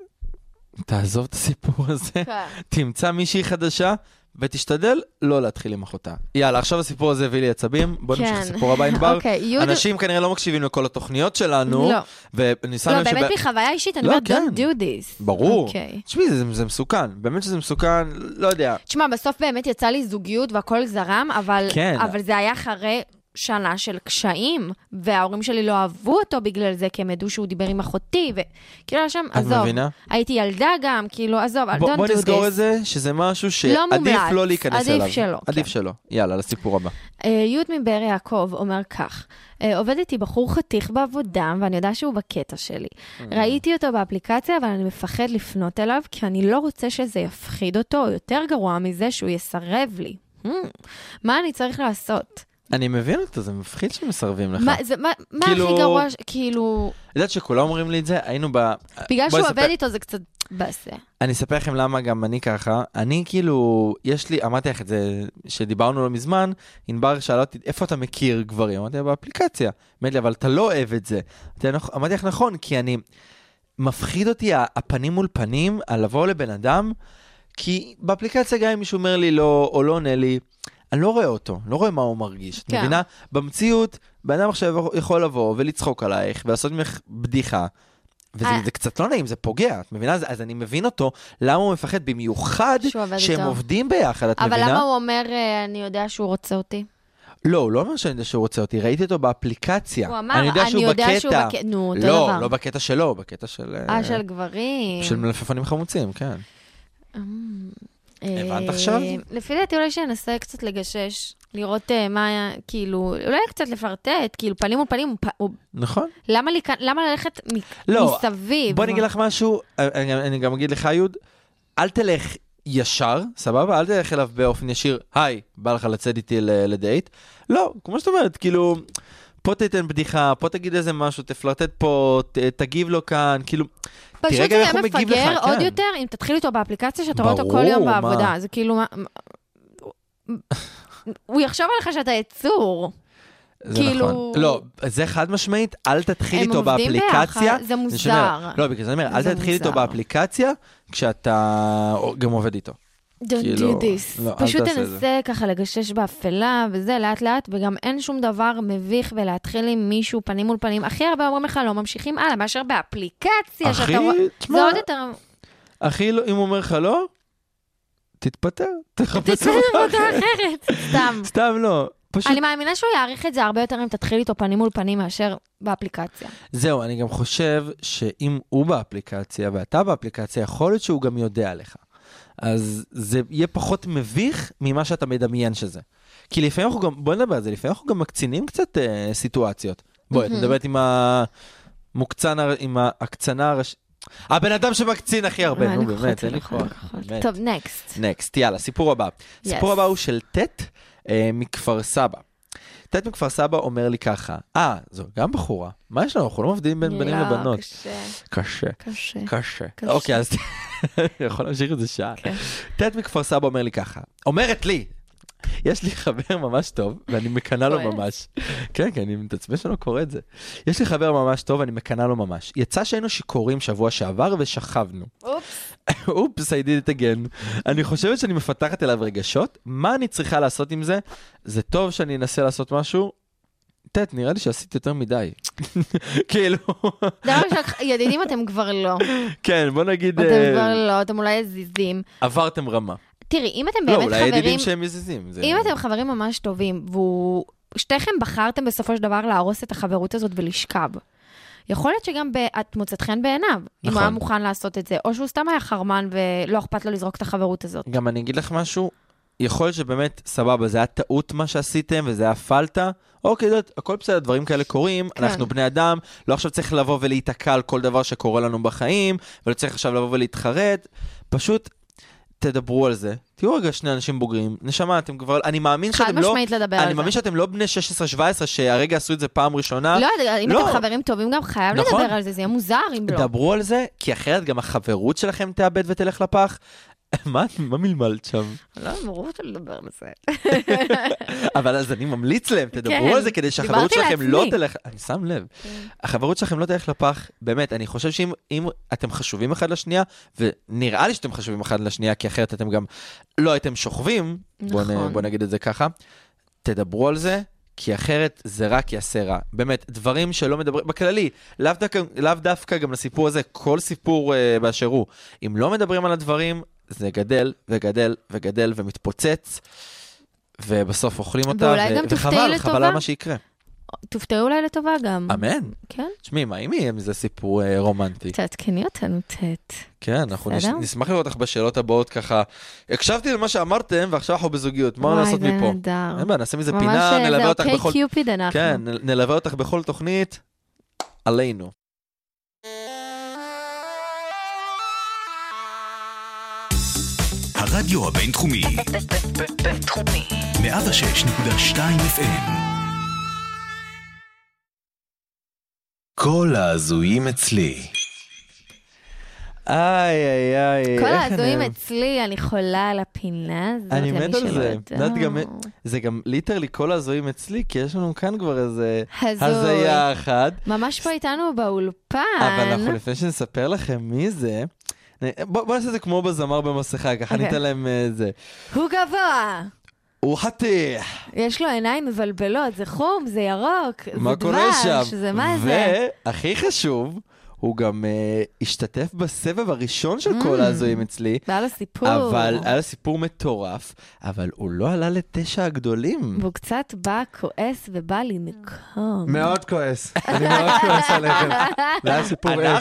תעזוב את הסיפור הזה, תמצא מישהי חדשה, ותשתדל לא להתחיל עם אחותה. יאללה, עכשיו הסיפור הזה הביא לי עצבים, בוא נמשיך כן. לסיפור הבא עם בר. אוקיי, יהוד- אנשים כנראה לא מקשיבים לכל התוכניות שלנו, לא. ואני שם לא, לב באמת שב- מחוויה אישית, אני לא, אומרת, כן. don't do this. ברור. אוקיי. תשמעי, זה, זה מסוכן, באמת שזה מסוכן, לא יודע. תשמע, בסוף באמת יצא לי זוגיות והכל זרם, אבל, כן. אבל זה היה אחרי שנה של קשיים, וההורים שלי לא אהבו אותו בגלל זה, כי הם ידעו שהוא דיבר עם אחותי, וכאילו היה שם, את עזוב. מבינה? הייתי ילדה גם, כאילו, עזוב, don't בוא, בוא do נסגור this. את זה, שזה משהו לא שעדיף מומלץ, לא להיכנס עדיף אליו. שלא, עדיף כן. שלא. יאללה, לסיפור הבא. אה, יוד מבאר יעקב אומר כך, אה, עובד איתי בחור חתיך בעבודה, ואני יודע שהוא בקטע שלי. ראיתי אותו באפליקציה, אבל אני מפחד לפנות אליו, כי אני לא רוצה שזה יפחיד אותו, או יותר גרוע מזה שהוא יסרב לי. Hmm, מה אני צריך לעשות? אני מבין אותו, זה מפחיד שמסרבים לך. מה, זה, מה, מה כאילו- הכי גרוע, ש- כאילו, יודעת שכולם אומרים לי את זה, היינו ב... בגלל בואי שהוא נספר- עובד איתו זה קצת בסה. אני אספר לכם למה גם אני ככה. אני כאילו, יש לי, אמרתי לך את זה, שדיברנו לא מזמן, ענבר שאלה אותי, איפה אתה מכיר גברים? אמרתי לה, באפליקציה. אמרתי לי, אבל אתה לא אוהב את זה. אמרתי לך, נכון, כי אני, מפחיד אותי הפנים מול פנים, על לבוא לבן אדם, כי באפליקציה גם אם מישהו אומר לי לא, או לא עונה לי, אני לא רואה אותו, לא רואה מה הוא מרגיש. את כן. מבינה? במציאות, בן אדם עכשיו יכול לבוא ולצחוק עלייך, ולעשות ממך בדיחה, וזה אה. זה קצת לא נעים, זה פוגע, את מבינה? אז, אז אני מבין אותו, למה הוא מפחד במיוחד שהוא עובד שהם איתו. עובדים ביחד, את אבל מבינה? למה הוא אומר, אה, אני יודע שהוא רוצה אותי? לא, הוא לא אומר שאני יודע שהוא רוצה אותי, ראיתי אותו באפליקציה. הוא אמר, אני יודע אני שהוא יודע בקטע. שהוא בקטע. נו, אותו לא, דבר. לא בקטע שלו, בקטע של... אה, של גברים. של מלפפונים חמוצים, כן. אה, הבנת עכשיו? לפי דעתי אולי שננסה קצת לגשש, לראות אה, מה היה, כאילו, אולי קצת לפרטט, כאילו פנים מול פנים, הוא פ- הוא- נכון? למה לכ- למה ללכת מ- לא, מסביב? בוא אני אגיד לך משהו, אני, אני גם אגיד לך, יוד, אל תלך ישר, סבבה? אל תלך אליו באופן ישיר, היי, בא לך לצאת איתי ל- לדייט. לא, כמו שאת אומרת, כאילו, פה תיתן בדיחה, פה תגיד איזה משהו, תפלרטט פה, ת, תגיב לו כאן, כאילו, פשוט תראה גם איך הוא מגיב לך, זה יהיה מפגר עוד כן. יותר, אם תתחיל איתו באפליקציה שאתה רואה אותו ברור, כל יום מה? בעבודה, זה כאילו, מה- הוא יחשוב עליך שאתה יצור. זה כאילו- נכון. לא, זה חד משמעית, אל תתחיל הם איתו עובדים באפליקציה. ביחד, זה אני מוזר. שומר, לא, בגלל זה אני אומר, אל זה תתחיל איתו מוזר. באפליקציה, כשאתה גם עובד איתו. Don't כאילו, do this. לא, אל פשוט תעשה את תנסה ככה לגשש באפלה, וזה לאט לאט, וגם אין שום דבר מביך ולהתחיל עם מישהו פנים מול פנים. הכי הרבה אומרים לך, לא ממשיכים הלאה, מאשר באפליקציה אחי, שאתה רואה. תשמע, זה עוד יותר... אחי, לא- אם הוא אומר לך לא, תתפטר, תחפש תצא עבודה לעבודה אחרת. אחרת, סתם. סתם לא. פשוט אני מאמינה שהוא יעריך את זה הרבה יותר אם תתחיל איתו פנים מול פנים מאשר באפליקציה. זהו, אני גם חושב שאם הוא באפליקציה ואתה באפליקציה, יכול להיות שהוא גם יודע לך. אז זה יהיה פחות מביך ממה שאתה מדמיין שזה. כי לפעמים אנחנו גם, בוא נדבר על זה, לפעמים אנחנו גם מקצינים קצת אה, סיטואציות. בואי, את מדברת עם המוקצן, הר- עם ההקצנה הראשית. הבן אדם שמקצין הכי הרבה, נו באמת, אין לי כוח. באמת. טוב, נקסט. נקסט, יאללה, סיפור הבא. Yes. סיפור הבא הוא של טט אה, מכפר סבא. טט מכפר סבא אומר לי ככה, אה, זו גם בחורה, מה יש לנו? אנחנו לא מבדילים בין בנים לבנות. קשה. קשה. קשה. קשה. קשה. אוקיי, אז יכול להמשיך את זה שעה. כן. טט מכפר סבא אומר לי ככה, אומרת לי, יש לי חבר ממש טוב, ואני מקנה לו כועס. ממש. כן, כן, אני מתעצבן שלא קורא את זה. יש לי חבר ממש טוב, ואני מקנה לו ממש. יצא שהיינו שיכורים שבוע שעבר ושכבנו. אופס. אופס, I did it again. אני חושבת שאני מפתחת אליו רגשות. מה אני צריכה לעשות עם זה? זה טוב שאני אנסה לעשות משהו. טט, נראה לי שעשית יותר מדי. כאילו, דבר ראשון, ידידים אתם כבר לא. כן, בוא נגיד, אתם אה, כבר לא, אתם אולי זיזים. עברתם רמה. תראי, אם אתם לא, באמת אולי ידידים חברים, שהם מזיזים. זה- אם אתם חברים ממש טובים, ושתיכם בחרתם בסופו של דבר להרוס את החברות הזאת ולשכב, יכול להיות שגם ב- את מוצאת חן בעיניו, אם הוא נכון. היה מוכן לעשות את זה, או שהוא סתם היה חרמן ולא אכפת לו לזרוק את החברות הזאת. גם אני אגיד לך משהו, יכול להיות שבאמת, סבבה, זה היה טעות מה שעשיתם, וזה היה פלטה, אוקיי, יודעת, הכל בסדר, דברים כאלה קורים, כן. אנחנו בני אדם, לא עכשיו צריך לבוא ולהיתקע על כל דבר שקורה לנו בחיים, ולא צריך עכשיו לבוא ולהתחרט, פשוט תדברו על זה, תהיו רגע שני אנשים בוגרים, נשמה, אתם כבר, אני מאמין חד שאתם לא, משמעית לדבר על אני זה. מאמין שאתם לא בני שש עשרה שבע עשרה, שהרגע עשו את זה פעם ראשונה, לא, אם לא. אתם חברים טובים גם חייב נכון. לדבר על זה, זה יהיה מוזר אם לא. דברו על זה, כי אחרת גם החברות שלכם תאבד ותלך לפח. מה, מה מלמלת שם? לא, ברור לדבר על זה. אבל אז אני ממליץ להם, תדברו כן, על זה כדי שהחברות דיברתי שלכם לא לעצמי. תלך, אני שם לב, החברות שלכם לא תלך לפח, באמת, אני חושב שאם אם אתם חשובים אחד לשנייה, ונראה לי שאתם חשובים אחד לשנייה, כי אחרת אתם גם לא הייתם שוכבים, בוא, נ, נכון. בוא נגיד את זה ככה, תדברו על זה, כי אחרת זה רק יעשה רע. באמת, דברים שלא מדברים, בכללי, לאו דווקא, לאו דווקא גם לסיפור הזה, כל סיפור uh, באשר הוא, אם לא מדברים על הדברים, זה גדל וגדל וגדל ומתפוצץ, ובסוף אוכלים אותה, ואולי גם ו- תופתעי וחבל, לטובה. חבל על מה שיקרה. תופתעו אולי לטובה גם. אמן. כן? תשמעי, מה אם יהיה מזה סיפור אה, רומנטי? תעדכני אותנו, טט. כן, אנחנו נש... בסדר? נשמח לראות אותך בשאלות הבאות ככה. הקשבתי למה שאמרתם, ועכשיו אנחנו בזוגיות. מה לעשות מפה? וואי, זה נהדר. אין בעיה, נעשה מזה ממש פינה, נלווה זה אותך אוקיי בכל... קיופיד אנחנו. כן, נ- נלווה אותך בכל תוכנית עלינו. הרדיו הבינתחומי, בינתחומי. מאה ושש נקודה שתיים אף אם. כל ההזויים אצלי. איי, איי, איי. כל איך ההזויים אני- אצלי, אני חולה על הפינה הזאת. אני למי מת על שלא זה. יודע. יודעת, גם- זה גם ליטרלי כל ההזויים אצלי, כי יש לנו כאן כבר איזה הזוי. הזיה אחת. ממש פה איתנו באולפן. אבל אנחנו לפני שנספר לכם מי זה, בוא בוא נעשה את זה כמו בזמר במסכה, ככה אוקיי. ניתן להם אה, זה. הוא גבוה. הוא חתיך. יש לו עיניים מבלבלות, זה חום, זה ירוק, זה מה קורה שם? דבש, זה מה זה? והכי חשוב, הוא גם uh, השתתף בסבב הראשון של כל ההזויים אצלי, והיה לו סיפור. אבל היה לו סיפור מטורף, אבל הוא לא עלה לתשע הגדולים. והוא קצת בא כועס ובא לנקום. מאוד כועס. אני מאוד כועס עליכם. זה היה סיפור אש. אנחנו?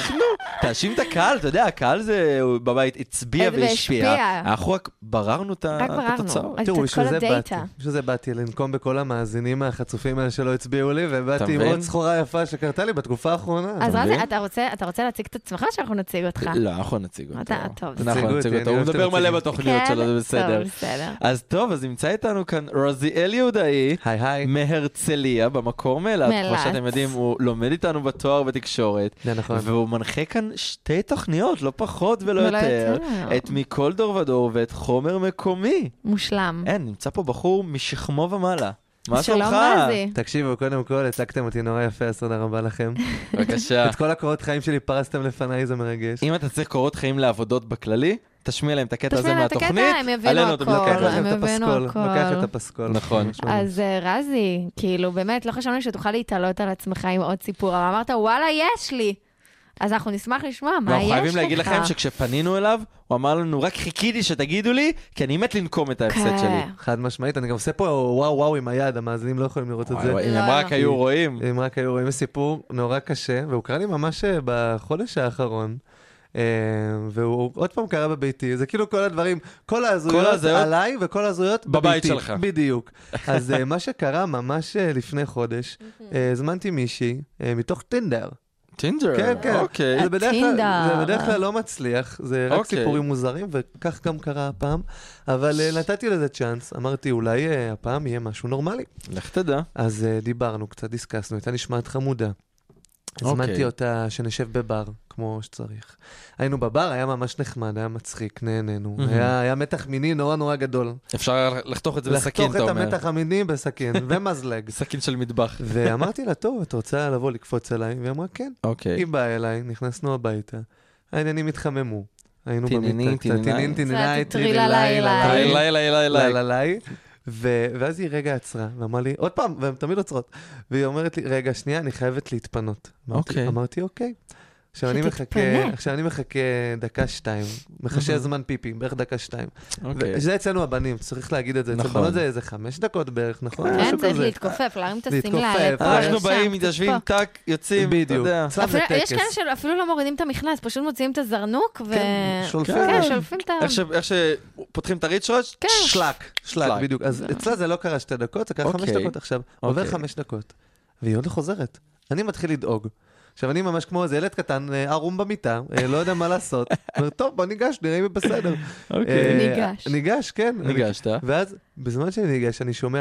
תאשים את הקהל, אתה יודע, הקהל זה בבית הצביע והשפיע. והשפיע. אנחנו רק בררנו את רק בררנו. התוצאות. את תראו, כל בשביל זה באתי. הדאטה. בשביל זה באתי לנקום בכל המאזינים החצופים האלה שלא הצביעו לי, ובאתי עם מבין? עוד סחורה יפה שקרתה לי בתקופה האחרונה. אז אתה רזי, מבין? אתה רוצה, אתה רוצה להציג את עצמך שאנחנו נציג אותך? לא, אנחנו נציג אותו. אתה- טוב, תציגו אנחנו אותי, נציג אני אותו. הוא אוהב מדבר שאתם מלא מציגים. בתוכניות כן? שלו, זה בסדר. טוב, בסדר. אז טוב, אז נמצא איתנו כאן רזיאל יהודאי. היי היי. מהרצליה, במקור מאילת, כמו מאילת. שאתם יודעים, הוא לומד איתנו בתואר בתקשורת, זה נכון. והוא מנחה כאן שתי תוכניות, לא פחות ולא ולא יותר, יותר. את מכל דור ודור ואת חומר מקומי. מושלם. אין, נמצא פה בחור משכמו ומעלה. מה שלום שלומך? רזי. תקשיבו, קודם כל, הצגתם אותי נורא יפה, אז תודה רבה לכם. בבקשה. את כל הקורות חיים שלי פרסתם לפניי, זה מרגש. אם אתה צריך קורות חיים לעבודות בכללי, תשמיע להם את הקטע הזה תשמיע להם את הקטע, מהתוכנית, הם יבינו עלינו אתה הכל. מתקן לוקח לך. לכם הם את הבינו הפסקול, הכל. לוקח את הפסקול. נכון. ממש ממש. אז אה, רזי, כאילו באמת לא חשבנו שתוכל להתעלות על עצמך עם עוד סיפור, אבל אמרת וואלה יש לי. אז אנחנו נשמח לשמוע מה יש ואנחנו לך. חייבים להגיד לכם שכשפנינו אליו, הוא אמר לנו, רק חיכיתי שתגידו לי, כי אני מת לנקום את ההפסד כן. שלי. חד משמעית, אני גם עושה פה וואו וואו עם היד, המאזינים לא יכולים לראות את זה. וואי, אם לא, הם רק לא. היו רואים. אם רק היו רואים סיפור נורא קשה, והוא קרא לי ממש אה, בחודש האחרון, אה, והוא עוד פעם קרא בביתי, זה כאילו כל הדברים, כל כל ההזויות ההזויות עליי וכל ההזויות בבית בביתי. שלך. בדיוק. אז אה, מה שקרה ממש אה, לפני חודש, אה, הזמנתי מישהי אה, מתוך טינדר. טינדר. כן, כן. אוקיי. זה בדרך כלל- הטינדר. זה בדרך כלל לא מצליח, זה רק אוקיי. סיפורים מוזרים, וכך גם קרה הפעם, אבל אה, נתתי לזה צ'אנס, אמרתי אולי אה, הפעם יהיה משהו נורמלי. לך תדע. אז uh, דיברנו, קצת דיסקסנו, הייתה נשמעת חמודה. הזמנתי אוקיי. אותה שנשב בבר, כמו שצריך. היינו בבר, היה ממש נחמד, היה מצחיק, נהנינו. היה, היה מתח מיני נורא נורא גדול. אפשר לחתוך את זה בסכין, לחתוך אתה את אומר. המתח המיני בסכין, ומזלג. סכין של מטבח. ואמרתי לה, טוב, את רוצה לבוא לקפוץ אליי? והיא אמרה, כן. אוקיי. היא באה אליי, נכנסנו הביתה, העניינים התחממו. היינו טינינין, במיטה, קצת טינינאי. טינין, טינינאי, קצת טריללי, ליי, ליי, ליי, ליי, ליי. ליי. ו- ואז היא רגע עצרה, ואמרה לי, עוד פעם, והן תמיד עוצרות. והיא אומרת לי, רגע, שנייה, אני חייבת להתפנות. אמרתי- אוקיי. אמרתי, אוקיי. עכשיו אני מחכה, שתתפנה. עכשיו אני מחכה דקה שתיים, מחשב זמן פיפי, בערך דקה שתיים. אוקיי. זה אצלנו הבנים, צריך להגיד את זה. אצל נכון. בנות זה איזה חמש דקות בערך, נכון? כן, משהו צריך כזה. להתכופף, להרים את להתכופף. השמלה. לפה, אנחנו לשם, באים, קצת מתיישבים, פה. טק, יוצאים, אתה בדיוק. יודע. אצלם אפילו- זה יש טקס. כאלה שאפילו לא מורידים את המכנס, פשוט מוציאים את הזרנוק ו... כן, שולפים. כן, שולפים את ה... איך ש- איך שפותחים את הריצ'ראץ', כן. שלק, שלק, שלק. בדיוק. אז אצלה זה לא קרה שתי דקות, זה קרה חמש אוקיי. דקות עכשיו. עובר אוקיי. חמש דקות, והיא עוד לא חוזרת. אני מתחיל לדאוג. עכשיו, אני ממש כמו איזה ילד קטן, אה, ערום במיטה, אה, לא יודע מה לעשות. אומר, טוב, בוא ניגש, נראה אם היא בסדר. אוקיי. אה, ניגש. ניגש, כן. ניגשת. ואז, בזמן שאני ניגש, אני שומע,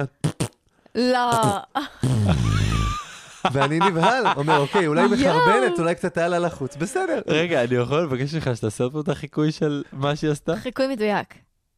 לא. ואני נבהל, אומר, אוקיי, אולי מחרבנת, אולי קצת היה לה לחוץ, בסדר. רגע, אני יכול לבקש ממך שתעשה פה את החיקוי של מה שהיא עשתה? חיקוי מדויק.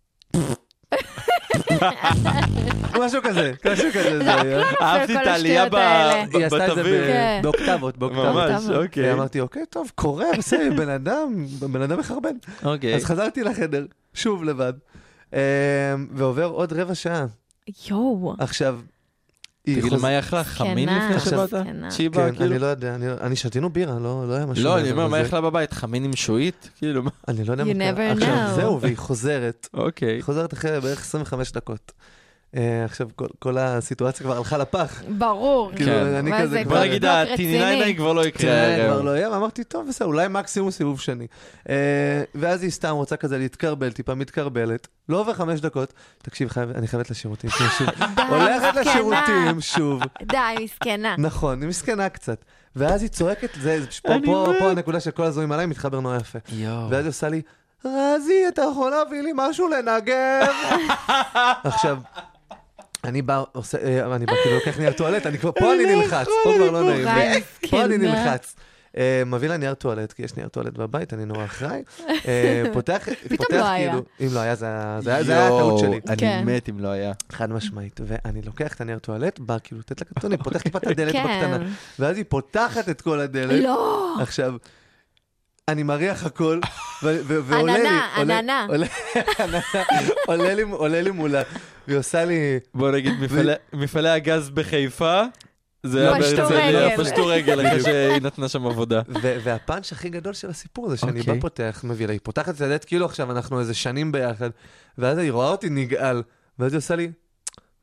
משהו כזה, משהו כזה. זה היה. אהבתי כל את העלייה השטויות האלה. ב- היא עשתה את זה בתווים. ב- כן. באוקטבות, באוקטבות. ממש, טוב. אוקיי. אמרתי, אוקיי, טוב, קורה, בסדר, בן אדם, בן אדם מחרבן. אוקיי. אז חזרתי לחדר, שוב לבד, אה, ועובר עוד רבע שעה. יואו. עכשיו, היא תגיד, חוז- מה היא אכלה? חמין זקנה, לפני שבאת? זקנה. צ'יבה, כן, כאילו? אני לא יודע, אני- אני שתינו בירה, לא לא היה משהו. לא, אני מעבר אומר, מה היא לזה. אכלה בבית? חמין עם שועית? כאילו, מה? אני לא יודע You מה קרה. never עכשיו, know. זהו, והיא חוזרת. אוקיי. היא חוזרת אחרי בערך עשרים וחמש דקות. אה, עכשיו, כל- כל הסיטואציה כבר הלכה לפח. ברור. כאילו, כן. אני מה כזה זה, כבר... בוא נגיד, בלוק הטינינאי רציני. כבר לא יקרה כן, כבר הערב. לא יהיה, ואמרתי, טוב, בסדר, אולי מקסימום סיבוב שני. אה, ואז היא סתם רוצה כזה להתקרבל, טיפה מתקרבלת. לא עובר חמש דקות. תקשיב, חייב- אני חייבת לשירותים. שוב. הולכת מסכנה. לשירותים, שוב. די, מסכנה. נכון, היא מסכנה קצת. ואז היא צועקת, זה, זה פה, אני פה, מת. פה הנקודה של כל הזוהים עליי, מתחבר נורא יפה. יואו. ואז היא עושה לי, רזי, אתה יכול להביא לי משהו לנגב? עכשיו, אני בא, עושה, אה, אני בא, כאילו לוקח נייר טואלט, אני כבר, פה אני נלחץ, פה כבר לא נעים לי. די, פה אני מסכנה. נלחץ. אה, מביא לה נייר טואלט, כי יש נייר טואלט בבית, אני נורא אחראי. אה, פותח, פותח לא היה. כאילו, אם לא היה, זה היה- זה היה זה היה הטעות שלי. אני כן. מת אם לא היה. חד משמעית, ואני לוקח את הנייר טואלט, בא כאילו לתת לה קטונים, פותח טיפה את הדלת כן. בקטנה, ואז היא פותחת את כל הדלת. לא. עכשיו, אני מריח הכל, ו- ו- ועולה לי... עננה, עולה- עננה. עולה- עננה, עולה לי- עולה לי מולה, והיא עושה לי... בוא נגיד, מפעלי- מפעלי הגז בחיפה, זה היה פשטו בהרצליה, רגל. פשטו רגל, אחרי שהיא נתנה שם עבודה. ו- והפאנץ' הכי גדול של הסיפור זה שאני אוקיי. בא פותח, מביא לה, היא פותחת את הדלת, כאילו עכשיו אנחנו איזה שנים ביחד, ואז היא רואה אותי נגעל, ואז היא עושה לי,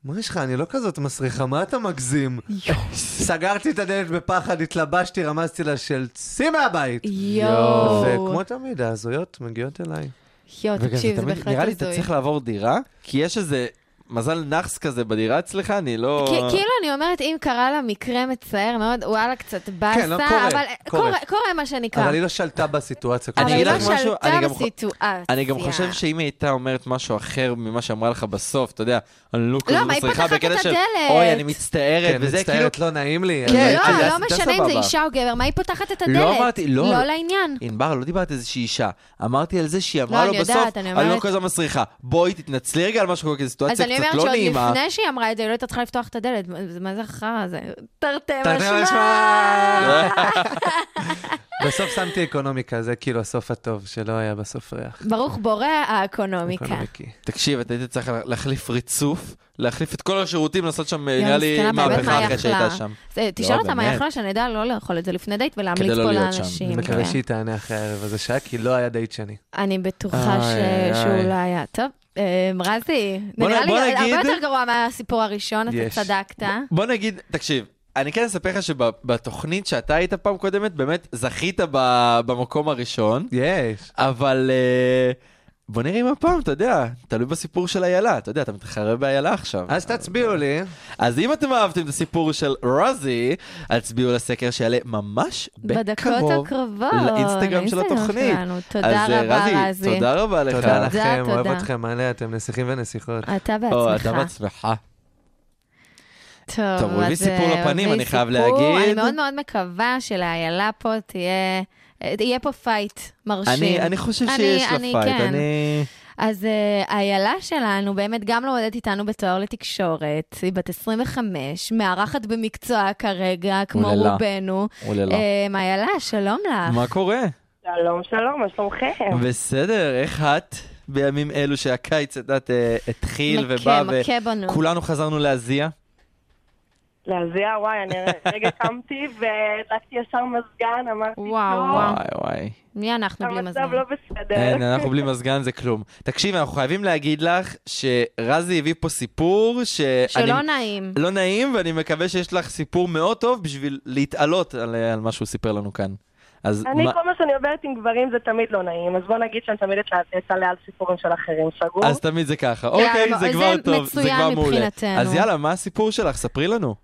מה יש לך? אני לא כזאת מסריחה, מה אתה מגזים? סגרתי את הדלת בפחד, התלבשתי, רמזתי לה של צי מהבית. יואו. וכמו תמיד, ההזויות מגיעות אליי. יואו, תקשיב, זה בהחלט נראה לי אתה הזוי. צריך לעבור דירה, כי יש איזה מזל נחס כזה בדירה אצלך, אני לא... כאילו אני אומרת, אם קרה לה מקרה מצער מאוד, וואלה, קצת באסה, לא, קורה, אבל קורה. קורה- קורה מה שנקרא. אבל היא לא שלטה בסיטואציה. אני אבל אגיד היא לך לא משהו, שלטה אני גם חו- בסיטואציה. אני גם חושב שאם היא הייתה אומרת משהו אחר ממה שאמרה לך בסוף, אתה יודע, אני לא כזה מה, היא מסריחה פותחת בקטע את של, הדלת. אוי, אני מצטערת, כן, וזה כאילו... מצטערת, לא נעים לי. כן, לא, אז לא יותר משנה אם זה סבבה. אישה או גבר, מה היא פותחת את הדלת? לא אמרתי, לא. לא לעניין. ענבר, לא דיברת איזושהי אישה. אמרתי על זה שהיא אמרה לא, לו אני בסוף, יודעת, אני אני לא אומרת- כזה מסריחה. בואי תתנצלי רגע על משהו כזה, אז סיטואציה אני קצת אומרת לא שעוד נעימה. לפני שהיא אמרה את זה, היא לא הייתה צריכה לפתוח את הדלת. מה- מה זה החרא הזה? תרתי תרתי משמע. משמע. בסוף שמתי אקונומיקה, זה כאילו הסוף הטוב, שלא היה בסוף ריח. ברוך בורא האקונומיקה. אקונומיקי. תקשיב, אתה היית צריך להחליף ריצוף, להחליף את כל השירותים, לעשות שם, יואו, נראה לי, מסכנה, באמת, מה מהפכה היא אחרי שהייתה אכלה? שם. זה- תשאל לא, אותה מה באמת. יכלה, שנדע לא לאכול את זה לפני דייט ולהמליץ כדי לא פה להיות שם. לאנשים. אני מקווה כן. שהיא תענה אחרי הערב הזה שעה, כי לא היה דייט שני. אני בטוחה איי, ש- איי. שהוא לא היה. טוב, אה, רזי, בוא נראה נ- בוא לי נגיד- הרבה יותר גרוע מהסיפור הראשון, אתה יש. צדקת. בוא נגיד, תקשיב, אני כן אספר לך שבתוכנית שאתה היית פעם קודמת, באמת זכית ב- במקום הראשון, יש. אבל אה, בוא נראה אם הפעם, אתה יודע, תלוי בסיפור של איילה, אתה יודע, אתה מתחרה באיילה עכשיו. אז תצביעו לי. אז אם אתם אהבתם את הסיפור של רזי, הצביעו לסקר שיעלה ממש בדקות בקרוב הקרובות. לאינסטגרם של לאינסטגרם התוכנית. שלנו. תודה אז, אה, רבה, רזי, רזי. תודה רבה לך. תודה לכם, אוהב תודה. אתכם מלא, אתם נסיכים ונסיכות. אתה או, בעצמך. אתה בעצמך. טוב, טוב, הוא הביא אז, סיפור אה, לפנים, הביא אני חייב סיפור. להגיד. אני מאוד מאוד מקווה שלאיילה פה תהיה, אה, יהיה פה פייט מרשים. אני, אני חושב אני- שיש לה אני- פייט, כן. אני... אז uh, האיילה שלנו באמת גם לומדת איתנו בתואר לתקשורת, היא בת עשרים וחמש, מארחת במקצוע כרגע, כמו אוללה. רובנו. אוללה. Uh, איילה, שלום לך. מה קורה? שלום, שלום, מה שלומכם? בסדר, איך את בימים אלו שהקיץ, את יודעת, אה, התחיל מכה, ובא, מכה בנו. וכולנו חזרנו להזיע? להזיע, וואי, אני רגע קמתי והדלקתי ישר מזגן, אמרתי, וואו, טוב, וואו. וואי וואי. מי אנחנו בלי המצב מזון? לא בסדר. אין, אנחנו בלי מזגן זה כלום. תקשיב, אנחנו חייבים להגיד לך שרזי הביא פה סיפור שאני... שלא נעים. לא נעים, ואני מקווה שיש לך סיפור מאוד טוב בשביל להתעלות על, על מה שהוא סיפר לנו כאן. אז אני, מה... כל מה שאני עוברת עם גברים זה תמיד לא נעים, אז בוא נגיד שאני תמיד אתעלה על סיפורים של אחרים, סגור? אז תמיד זה ככה. אוקיי, זה זה כבר טוב, זה מצוין כבר מעולה. מבחינתנו. אז יאללה, מה הסיפור שלך? ספרי לנו.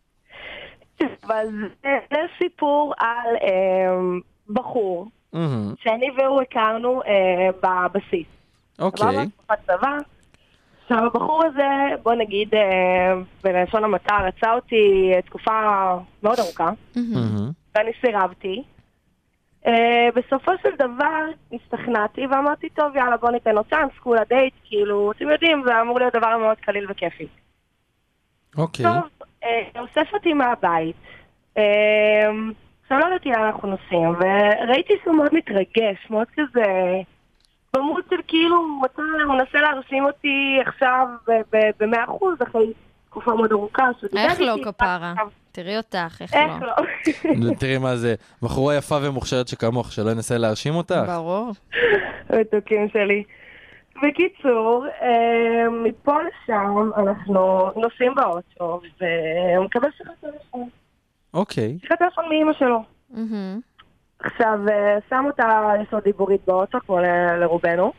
אבל זה, זה סיפור על אה, בחור מהמם. שאני והוא הכרנו אה, בבסיס. אוקיי. סבבה? תקופת צבא. עכשיו הבחור הזה, בוא נגיד, אה, בלשון המעטה, רצה אותי אה, תקופה מאוד ארוכה, מהמם. ואני סירבתי. אה, בסופו של דבר השתכנעתי ואמרתי, טוב, יאללה, בוא ניתן לו צ'אנס, כולה דייט, כאילו, אתם יודעים, זה אמור להיות דבר מאוד קליל וכיפי. אוקיי. טוב, אה, אוסף אותי מהבית. אה, עכשיו לא ידעתי לאן אנחנו נוסעים, וראיתי שהוא מאוד מתרגש, מאוד כזה... במות של כאילו, הוא רוצה, הוא מנסה להרשים אותי עכשיו ב-מאה אחוז, אחרי תקופה מאוד ארוכה. איך לא כפרה? תראי אותך, איך איך לא? לא? תראי מה זה, בחורה יפה ומוכשרת שכמוך, שלא ינסה להרשים אותך. ברור. מתוקים שלי. בקיצור, אה, מפה לשם אנחנו נוסעים באוטו, והוא מקבל שיחת טלפון. אוקיי. שיחת טלפון מאמא שלו. מהמם. עכשיו, שם אותה, יש לו דיבורית באוטו, כמו ל- לרובנו,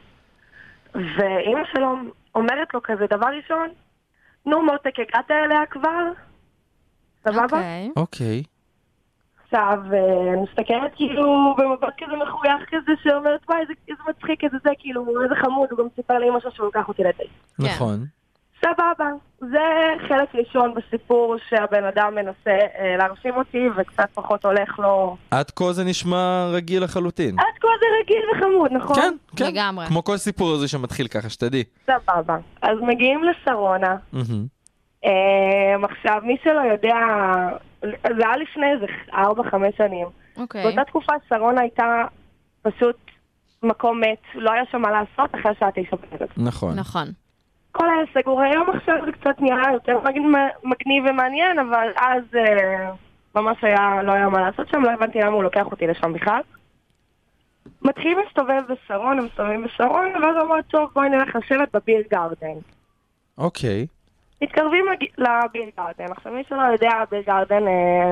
ואמא שלו אומרת לו כזה, דבר ראשון, נו מותק, הגעת אליה כבר? סבבה? אוקיי. אוקיי. עכשיו, אני מסתכלת כאילו במבט כזה מחוייך כזה, שאומרת, וואי, איזה, איזה מצחיק, איזה זה, כאילו, איזה חמוד, הוא גם סיפר לאמא שלו שהוא לקח אותי לדייט. נכון. סבבה, זה חלק ראשון בסיפור שהבן אדם מנסה אה, להרשים אותי, וקצת פחות הולך לו. עד כה זה נשמע רגיל לחלוטין. עד כה זה רגיל וחמוד, נכון? כן, כן. לגמרי. כמו כל סיפור הזה שמתחיל ככה, שתדעי. סבבה. אז מגיעים לשרונה. מהמם. אה, עכשיו, מי שלא יודע, זה היה לפני איזה ארבע, חמש שנים. אוקיי. באותה תקופה שרונה הייתה פשוט מקום מת, לא היה שם מה לעשות אחרי שעה תשע בערב. נכון. נכון. כל היה סגור. היום עכשיו זה קצת נראה יותר מגניב ומעניין, אבל אז אה, ממש היה, לא היה מה לעשות שם, לא הבנתי למה הוא לוקח אותי לשם בכלל. מתחילים להסתובב בשרון, הם מסתובבים בשרון, ואז אמרו, טוב, בואי נלך לשבת בביר גארדן. אוקיי. מתקרבים לביר גרדן. עכשיו, מי שלא יודע, ביר גרדן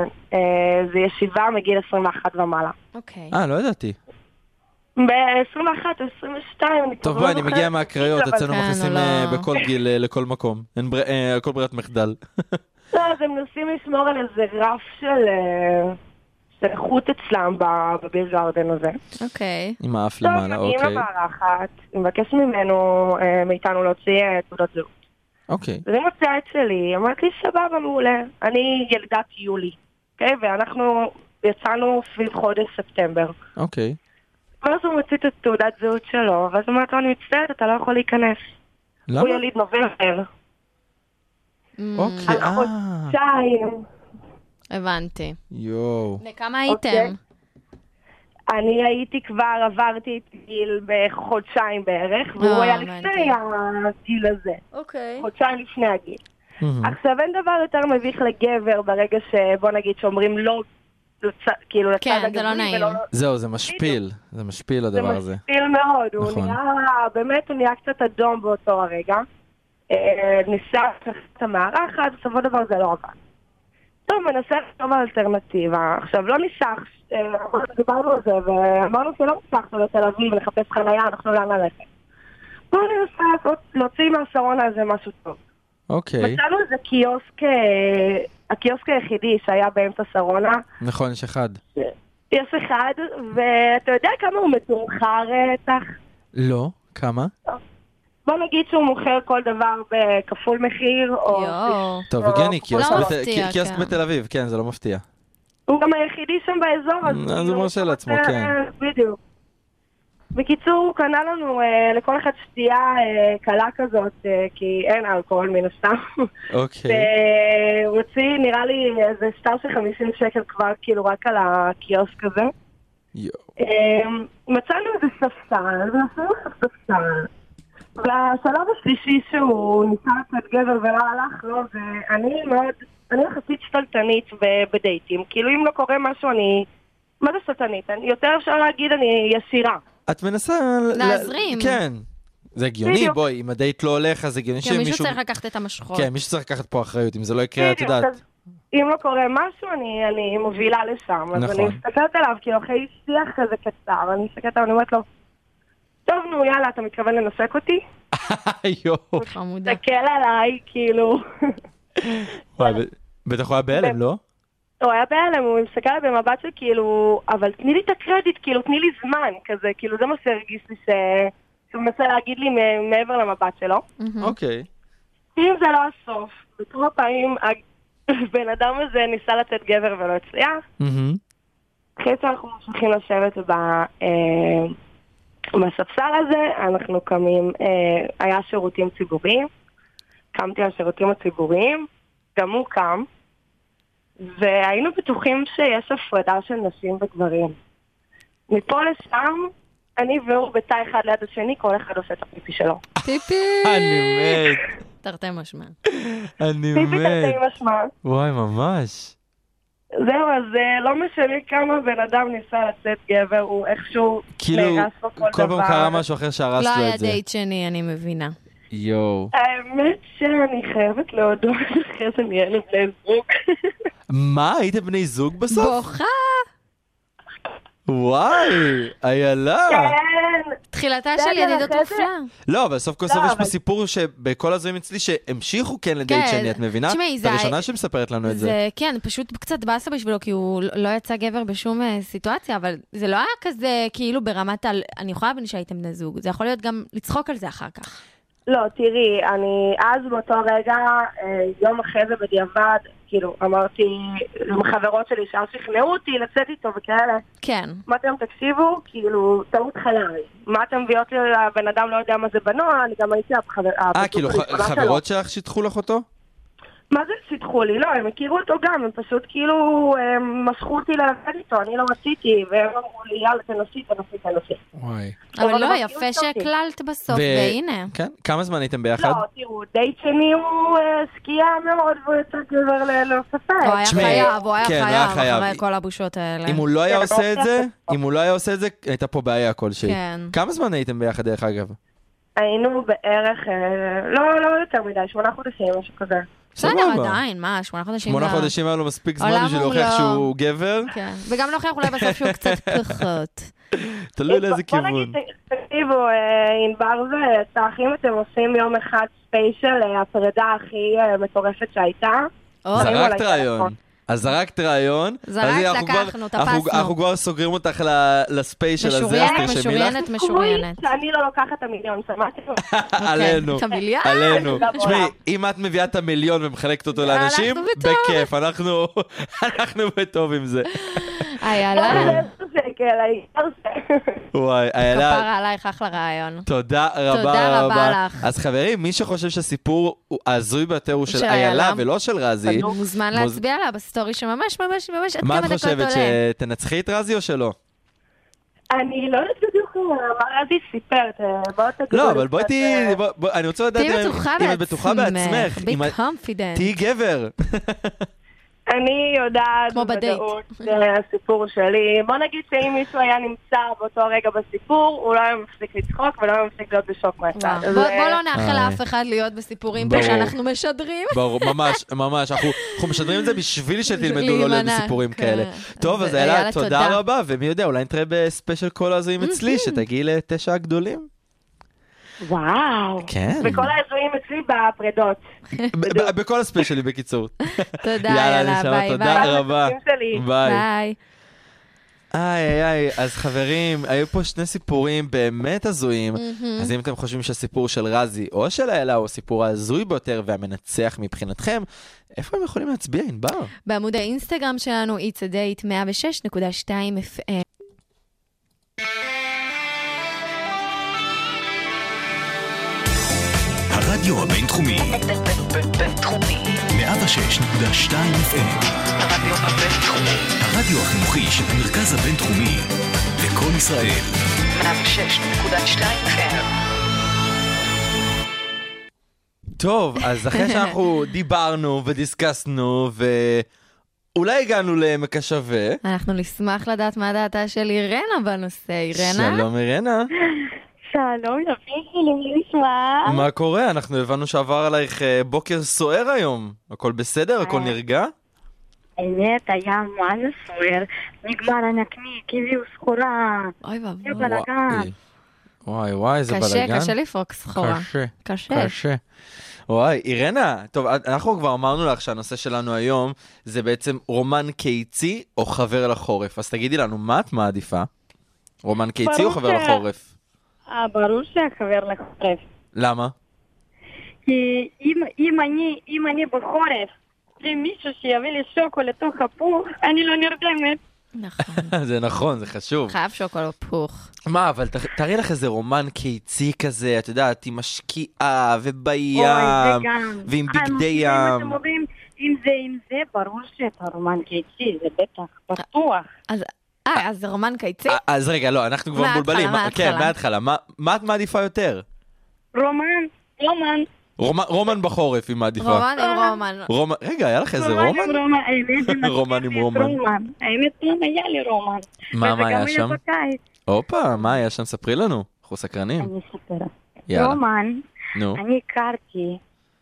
זה ישיבה מגיל עשרים ואחת ומעלה. אוקיי. אה, לא ידעתי. ב-עשרים ואחת או עשרים ושתיים, אני טוב, בואי, אני מגיע מהקריות, אצלנו כן, מכניסים לא. אה, בכל גיל אה, לכל מקום. אין בר- אה, הכל ברירת מחדל. לא, אז הם מנסים לשמור על איזה רף של אה, של איכות אצלם ב- בביר גרדן הזה. אוקיי. עם האף טוב, למעלה, מגיעים אוקיי. למערכת, אני מבקש ממנו, אה, מאיתנו להוציא אה, תעודת זהות. אוקיי. אז היא מוציאה את שלי, אמרת לי סבבה, מעולה. אני ילדת יולי, אוקיי? ואנחנו יצאנו סביב חודש ספטמבר. אוקיי. ואז הוא מוציא את התעודת זהות שלו, ואז הוא אומר לו, אני מצטערת, אתה לא יכול להיכנס. למה? הוא יליד נובמבר. אוקיי, על אה. חודשיים. הבנתי. יואו. וכמה אוקיי. הייתם? אני הייתי כבר, עברתי את גיל בחודשיים בערך, והוא אה, היה הבנתי. לפני הגיל הזה. אוקיי. חודשיים לפני הגיל. מהמם. עכשיו, אין דבר יותר מביך לגבר ברגע שבוא נגיד שאומרים לא, לצ- כאילו לצד כן, זה לא הגברי נעים. ולא- זהו, זה משפיל. זה משפיל זה הדבר הזה. משפיל מאוד, הוא נכון. נהיה, באמת הוא נהיה קצת אדום באותו הרגע. אה, ניסה את המערכת, בסופו דבר זה לא עבד. טוב, מנסה לחשוב על אלטרנטיבה. עכשיו, לא ניסח, אה, דיברנו על זה, ואמרנו שלא ניסחנו לתל אביב, לחפש חנייה, אנחנו לאן ללכת. בואו ננסה לעשות- להוציא מהשרון הזה משהו טוב. אוקיי. מצאנו איזה קיוסק, אה, הקיוסק היחידי שהיה באמצע שרונה. נכון, יש אחד. יש אחד, ואתה יודע כמה הוא מתומחר, אה, תח? לא? כמה? בוא נגיד שהוא מוכר כל דבר בכפול מחיר, או... יואו. טוב, לא, הגיוני, קיוסק לא בת- מפתיע, קי- קיוסק כן. בתל אביב, כן, זה לא מפתיע. הוא גם היחידי שם באזור, אז... אז הוא כאילו, מרשה לעצמו, אה, כן. בדיוק. בקיצור, הוא קנה לנו אה, לכל אחד שתייה אה, קלה כזאת, אה, כי אין אלכוהול מן הסתם. אוקיי. והוא הוציא, נראה לי, איזה שטר של חמישים שקל כבר, כאילו, רק על הקיוסק הזה. יואו. אה, מצאנו איזה ספסל, ועשינו את הספסל. והשלב השלישי שהוא ניסה לצאת גבר ולא הלך לו, ואני מאוד, אני יחסית שתלטנית ב- בדייטים. כאילו אם לא קורה משהו אני, מה זה שתלטנית? אני, יותר אפשר להגיד אני ישירה. את מנסה... ל- להזרים. כן. זה הגיוני, בדיוק. בואי, אם הדייט לא הולך, אז הגיוני גם מישהו שמישהו... צריך לקחת את המשכות. כן, מישהו צריך לקחת פה אחריות, אם זה לא יקרה, את בדיוק, יודעת. אז אם לא קורה משהו אני, אני מובילה לשם. אז נכון. אני מסתכלת עליו, כאילו אחרי שיח כזה קצר, אני מסתכלת עליו, אני אומרת לו, טוב נו יאללה, אתה מתכוון לנשק אותי? יואו. חמודה. תסתכל עליי, כאילו... וואי, ב- בטח הוא היה בהלם, לא? הוא היה בהלם, הוא מסתכל עליי במבט של כאילו, אבל תני לי את הקרדיט, כאילו, תני לי זמן, כזה, כאילו, זה מה שהרגיש לי ש... שהוא מנסה להגיד לי מ- מעבר למבט שלו. אוקיי. אם זה לא הסוף, בכמה פעמים הבן אדם הזה ניסה לצאת גבר ולא הצליח, מהמם. אחרי שאנחנו ממשיכים לשבת ב... אה, בספסל הזה, אנחנו קמים, אה, היה שירותים ציבוריים, קמתי על שירותים הציבוריים, גם הוא קם, והיינו בטוחים שיש הפרדה של נשים וגברים. מפה לשם, אני והוא בתא אחד ליד השני, כל אחד עושה את הפיפי שלו. טיפי! אני מת. תרתי משמע. אני פיפי תרתי מת. משמע. וואי, ממש. זהו, אז אה, לא משנה כמה בן אדם ניסה לצאת גבר, הוא איכשהו כאילו, נהרס לו כל כל דבר. פעם קרה משהו אחר שהרס לא לו היה את זה. דייט שני, אני מבינה. יואו. האמת שאני חייבת להודות אחרי זה נהיינו בני זוג. מה? הייתם בני זוג בסוף? בוכה! וואי, איילה. כן, תחילתה בסדר, של ידידות אחרי זה- מופלאה. לא, אבל סוף כל סוף לא, יש פה אבל- סיפור שבכל הזויים אצלי שהמשיכו כן לדייט כן, שני, את מבינה? תשמעי, את זה- הראשונה שמספרת לנו את זה. זה, כן, פשוט קצת באסה בשבילו, כי הוא לא יצא גבר בשום אה, סיטואציה, אבל זה לא היה כזה כאילו ברמת על, אני יכולה להבין שהייתם בני זוג, זה יכול להיות גם לצחוק על זה אחר כך. לא, תראי, אני אז באותו רגע, אה, יום אחרי זה בדיעבד, כאילו, אמרתי לחברות שלי שאז שכנעו אותי לצאת איתו וכאלה, כן. מה אתם תקשיבו? כאילו, טעות חיי. מה אתם מביאות לי, הבן אדם לא יודע מה זה בנוע, אני גם הייתי החבר... אה, כאילו ח- חברות שלך שיתחו לך אותו? מה זה שיתחו לי? לא, הם הכירו אותו גם, הם פשוט כאילו הם משכו אותי ללכת איתו, אני לא רציתי, והם אמרו לי, יאללה, תנסי, תנסי, תנסי. וואי. אבל אבל לא, אבל יפה כאילו אותי. שהקללת בסוף, ו- והנה. כן? כמה זמן הייתם ביחד? לא, תראו, דייט שני הוא אה, סקייה מאוד, והוא יצא גבר ללא ספק. הוא היה תשמעי, חייב, הוא היה כן, הוא היה חייב, חייב. אחרי כל הבושות האלה. אם הוא לא היה כן, עושה את אבל- זה, אם הוא לא היה עושה את זה, הייתה פה בעיה כלשהי. כן. כמה זמן הייתם ביחד דרך אגב? היינו בערך, אה, לא, לא יותר מדי, שמונה חודשים, משהו כזה. בסדר, סבבה. עדיין, מה, שמונה חודשים. שמונה זה- חודשים היה לו מספיק זמן עולם בשביל הוא להוכיח לא- שהוא גבר, כן, וגם להוכיח אולי בסוף שהוא קצת פחות. תלוי לאיזה בוא נגיד, כיוון. תקשיבו, אה, ענבר וצחים, אתם עושים יום אחד ספיישל, אה, הפרידה הכי אה, מטורפת שהייתה. או, זרק- זרקת אולי רעיון. טלפון. אז זרקת רעיון. זרקת, אז הנה, אנחנו כבר- לקחנו, אנחנו- תפסנו. אנחנו כבר סוגרים אותך ל- לספיישל הזה, אז משוריינת, תרשמי לך. משוריינת, משוריינת. שאני לא לוקחת את המיליון, שמעתם? עלינו, את המיליון? עלינו. תודה תשמעי, בעולם. אם את מביאה את המיליון ומחלקת אותו לאנשים, אנחנו בטוב. בכיף, אנחנו אנחנו בטוב עם זה. איילה, שקל, העיקר זה. וואי, איילה, כפרה עלייך, אחלה רעיון. תודה רבה תודה רבה רבה. לך. אז חברים, מי שחושב שהסיפור הוא ההזוי ביותר הוא של של איילה איילה. ולא של רזי, הוא מוזמן מוז- להצביע לה בסטורי שממש ממש ממש עד מה כמה את דקות חושבת, עולה. שתנצחי את רזי או שלא? אני לא יודעת בדיוק מה רזי סיפר, ת- בואו תגידו לא, לי אבל בואי קצת, תהיי, אה, בוא- בוא- אני רוצה לדעת תהיי אם- בטוחה אם את בטוחה בעצמך. בי אם את- קונפידנט. תהיי גבר. אני יודעת כמו בדייט. בוודאות, זה הסיפור שלי. בוא נגיד שאם מישהו היה נמצא באותו רגע בסיפור, הוא לא היה מפסיק לצחוק ולא היה מפסיק להיות בשוק מהצד. וואו. אז, בוא אה, בוא לא נאחל איי. לאף אחד להיות בסיפורים פה ברור. שאנחנו משדרים. ברור, ממש, ממש. אנחנו אנחנו משדרים את זה בשביל שתלמדו לא להיות להימנע, בסיפורים כן. כאלה. טוב, אז איילה, איילה, תודה תודה. רבה, ומי יודע, אולי נתראה בספיישל קול הזויים אצלי, שתגיעי לתשע הגדולים. וואו. כן. וכל האזורים אצלי בפרדות. ב- ב- בכל הספיישלים, בקיצור. תודה, יאללה, יאללה, נשמה, ביי תודה ביי. רבה. הסיפורים שלי. ביי. ביי. איי, איי, איי, אז חברים, היו פה שני סיפורים באמת הזויים, אז אם אתם חושבים שהסיפור של רזי או של איילה הוא הסיפור ההזוי ביותר והמנצח מבחינתכם, איפה הם יכולים להצביע, ענבר? בעמוד האינסטגרם שלנו, It's a Date מאה ושש נקודה שתיים אף אם. הרדיו הבינתחומי, בינתחומי. מאה ושש נקודה שתיים אף אם. הרדיו הבינתחומי. הרדיו החינוכי של המרכז הבינתחומי, לקול ישראל. מאה ושש נקודה שתיים אף אם. טוב, אז אחרי שאנחנו דיברנו ודיסקסנו ואולי הגענו לעמק השווה, אנחנו נשמח לדעת מה דעתה של אירנה בנושא. אירנה? שלום אירנה, שלום, יפי שלי, מי נשמע? מה קורה? אנחנו הבנו שעבר עלייך אה, בוקר סוער היום, הכל בסדר? הכל נרגע? האמת היה מה זה סוער. נגמר הנקניק, הביאו סחורה. אוי זה ואבוי. בלגן. וואי וואי, איזה קשה, בלגן. קשה לפרוק סחורה. קשה. קשה. קשה. וואי, אירנה, טוב, אנחנו כבר אמרנו לך שהנושא שלנו היום זה בעצם רומן קיצי או חבר לחורף. אז תגידי לנו, מה את מעדיפה? רומן קיצי או ברור חבר ש- לחורף? אה, ברור שהחבר לחורף. למה? כי אם, אם, אני, אם אני בחורף, למישהו שיביא לי שוקו לתוך הפוך, אני לא נרדמת. נכון. זה נכון, זה חשוב. חייב שוקו הפוך. מה, אבל ת- תראי לך איזה רומן קיצי כזה, את יודעת, עם משקיעה ובים, אוי, זה גם. ועם אה, בגדי אם ים. אתם אומרים, אם זה, אם זה, ברור שאתה רומן קיצי, זה בטח, בטוח. אז, אה, אז זה רומן קיצי? אה, אז רגע, לא, אנחנו כבר מההתחלה, מבולבלים. מה- כן, מההתחלה. מההתחלה. מה- מה את מעדיפה יותר? רומן, רומן. רומן- רומן בחורף, היא מעדיפה. רומן עם רומן. רומן, רגע, היה לך איזה רומן? עם רומן, האמת זה מזכיר רומן עם לי את רומן. האמת גם היה לי רומן. מה, מה היה וזה שם? גם היה בקיץ. הופה, מה היה שם? ספרי לנו. אנחנו סקרנים. אני אספר. יאללה. רומן, נו. אני הכרתי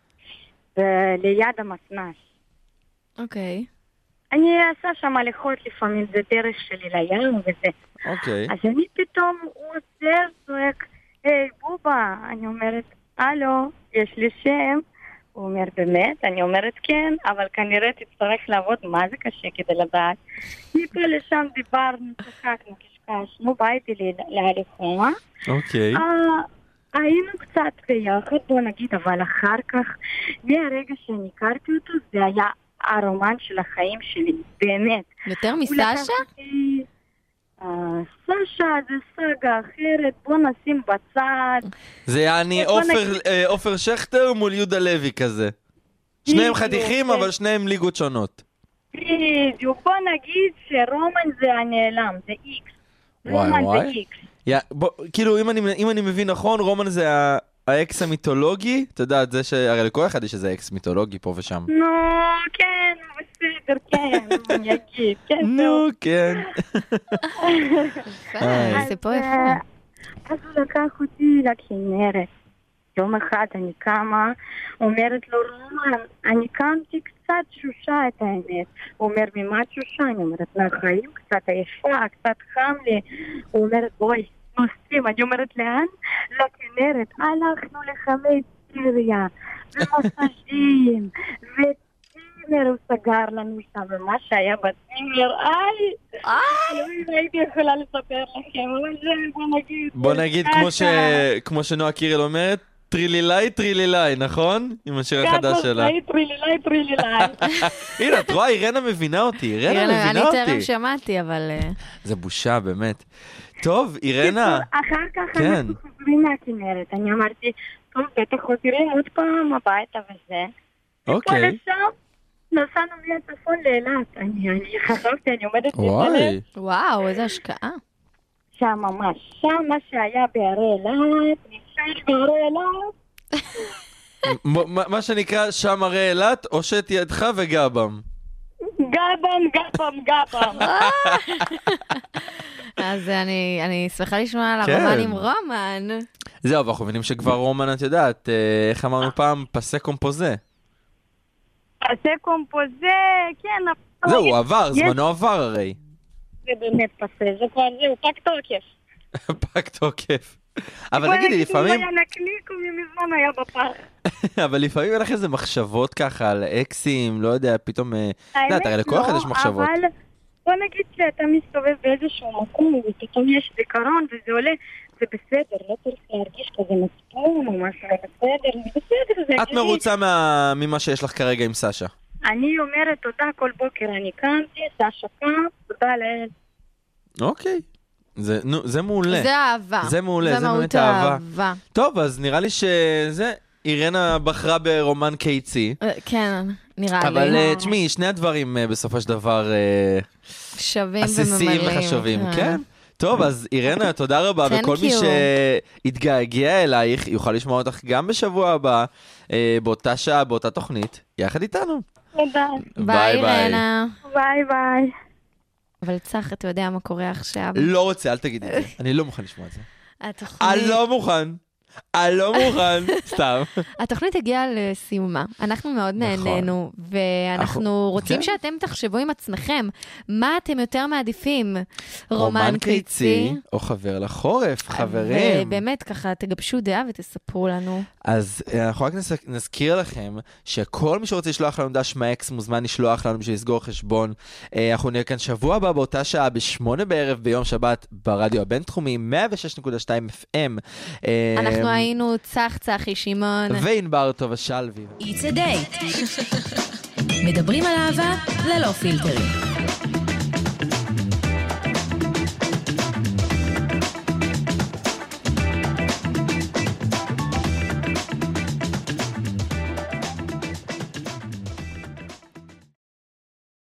ב- ליד המתנ"ס. אוקיי. אני אעשה שם הליכות לפעמים, זה דרך שלי לים וזה. אוקיי. אז אני פתאום, הוא עוזר, צועק, היי בובה, אני אומרת, הלו, יש לי שם. הוא אומר, באמת? אני אומרת, כן, אבל כנראה תצטרך לעבוד, מה זה קשה כדי לדעת. מפה לשם דיברנו, צחקנו, קשקשנו, באתי לי להליכומה. אוקיי. אה, היינו קצת ביחד, בוא נגיד, אבל אחר כך, מהרגע שאני הכרתי אותו, זה היה הרומן של החיים שלי, באמת. יותר הוא לקח מסשה? אותי, אה, סשה זה סגה אחרת, בוא נשים בצד. זה יעני בוא עופר נגיד- אה, עופר שכטר מול יהודה לוי כזה. שניהם בדיוק, חתיכים, כן. אבל שניהם ליגות שונות. בדיוק, בוא נגיד שרומן זה הנעלם, זה איקס. וואי, רומן וואי. זה איקס. יא, בוא, כאילו, אם אני, אם אני מבין נכון, רומן זה ה- האקס המיתולוגי, אתה יודע, זה ש... הרי לכל אחד יש איזה אקס מיתולוגי פה ושם. נו, כן, בסדר, כן, אני אגיד, כן, נו, זהו. כן. איי. סיפור אז, יפה. אה, אז הוא לקח אותי לכנרת. יום אחד אני קמה, אומרת לו, רומן, אני קמתי קצת שושה את האמת. הוא אומר, ממה שושה? אני אומרת, מהחיים, קצת עייפה, קצת חם לי. הוא אומר, בואי, נוסעים. אני אומרת, לאן? לכנרת. הלכנו לחמי טיריה, ומסאז'ים, וטימר הוא סגר לנו שם, ומה שהיה בטימר, איי! לא הייתי יכולה לספר לכם, אבל זה, בוא נגיד... בוא נגיד, כמו שנועה קירל אומרת, טרילילאי טרילילאי, נכון? עם השיר החדש שלה. טרילילאי טרילילאי. הנה, את רואה, אירנה מבינה אותי, אירנה מבינה אני אותי. טרם שמעתי, אבל... זה בושה, באמת. טוב, אירנה. אחר כך אנחנו חוזרים מהכנרת. אני אמרתי, טוב, בטח חוזרים עוד פעם הביתה וזה. אוקיי. ופה לשם, נסענו מהצפון לאילת. אני חשבתי, אני עומדת וואי. וואו, איזה השקעה. שם ממש, שם מה שהיה בערי אילת, נפעל בערי אילת. מה שנקרא שם הרי אילת, הושט ידך וגבם. גבם, גבם, גבם. אז אני, אני שמחה לשמוע על הרומן עם רומן. זהו, ואנחנו מבינים שכבר רומן, את יודעת, איך אמרנו פעם, פסה קומפוזה. פסה קומפוזה, כן. זהו, הוא עבר, זמנו עבר הרי. זה באמת פסה, זה כבר זהו, פג תוקף. פג תוקף. אבל תגידי, לפעמים... הוא היה נקליק ומזמן היה בפח. אבל לפעמים אין לך איזה מחשבות ככה על אקסים, לא יודע, פתאום... האמת תראה, לכל אחד יש מחשבות. אבל בוא נגיד שאתה מסתובב באיזשהו מקום, ופתאום יש זיכרון וזה עולה, זה בסדר, לא צריך להרגיש כזה מצפון או משהו, בסדר, בסדר, זה... את מרוצה ממה שיש לך כרגע עם סשה? אני אומרת תודה כל בוקר, אני קמתי, סשה קם, תודה לאל. אוקיי. זה, נו, זה מעולה. זה אהבה. זה מעולה, זה באמת אהבה. אהבה. טוב, אז נראה לי שזה, אירנה בחרה ברומן קיצי. כן, נראה לי. אבל תשמעי, שני הדברים בסופו של דבר שווים עסיסים וממלאים. וחשובים, כן? טוב, אז אירנה, תודה רבה, וכל מי שהתגעגע אלייך יוכל לשמוע אותך גם בשבוע הבא, באותה שעה, באותה תוכנית, יחד איתנו. תודה. ביי, אירנה. ביי ביי. אבל צח, אתה יודע מה קורה עכשיו? לא רוצה, אל תגיד את זה. אני לא מוכן לשמוע את זה. התוכנית... אני לא מוכן. אני לא מוכן. סתם. התוכנית הגיעה לסיומה. אנחנו מאוד נהנינו, ואנחנו רוצים שאתם תחשבו עם עצמכם, מה אתם יותר מעדיפים? רומן קיצי, או חבר לחורף, חברים. ובאמת ככה, תגבשו דעה ותספרו לנו. אז אנחנו רק נזכיר לכם שכל מי שרוצה לשלוח לנו דש מהאקס מוזמן לשלוח לנו בשביל לסגור חשבון. אנחנו נהיה כאן שבוע הבא באותה שעה בשמונה בערב ביום שבת ברדיו הבינתחומי מאה ושש נקודה שתיים אף אם. אנחנו היינו צח צחי שמעון וענבר טובה שלוי. It's a date. מדברים על אהבה ללא פילטרים.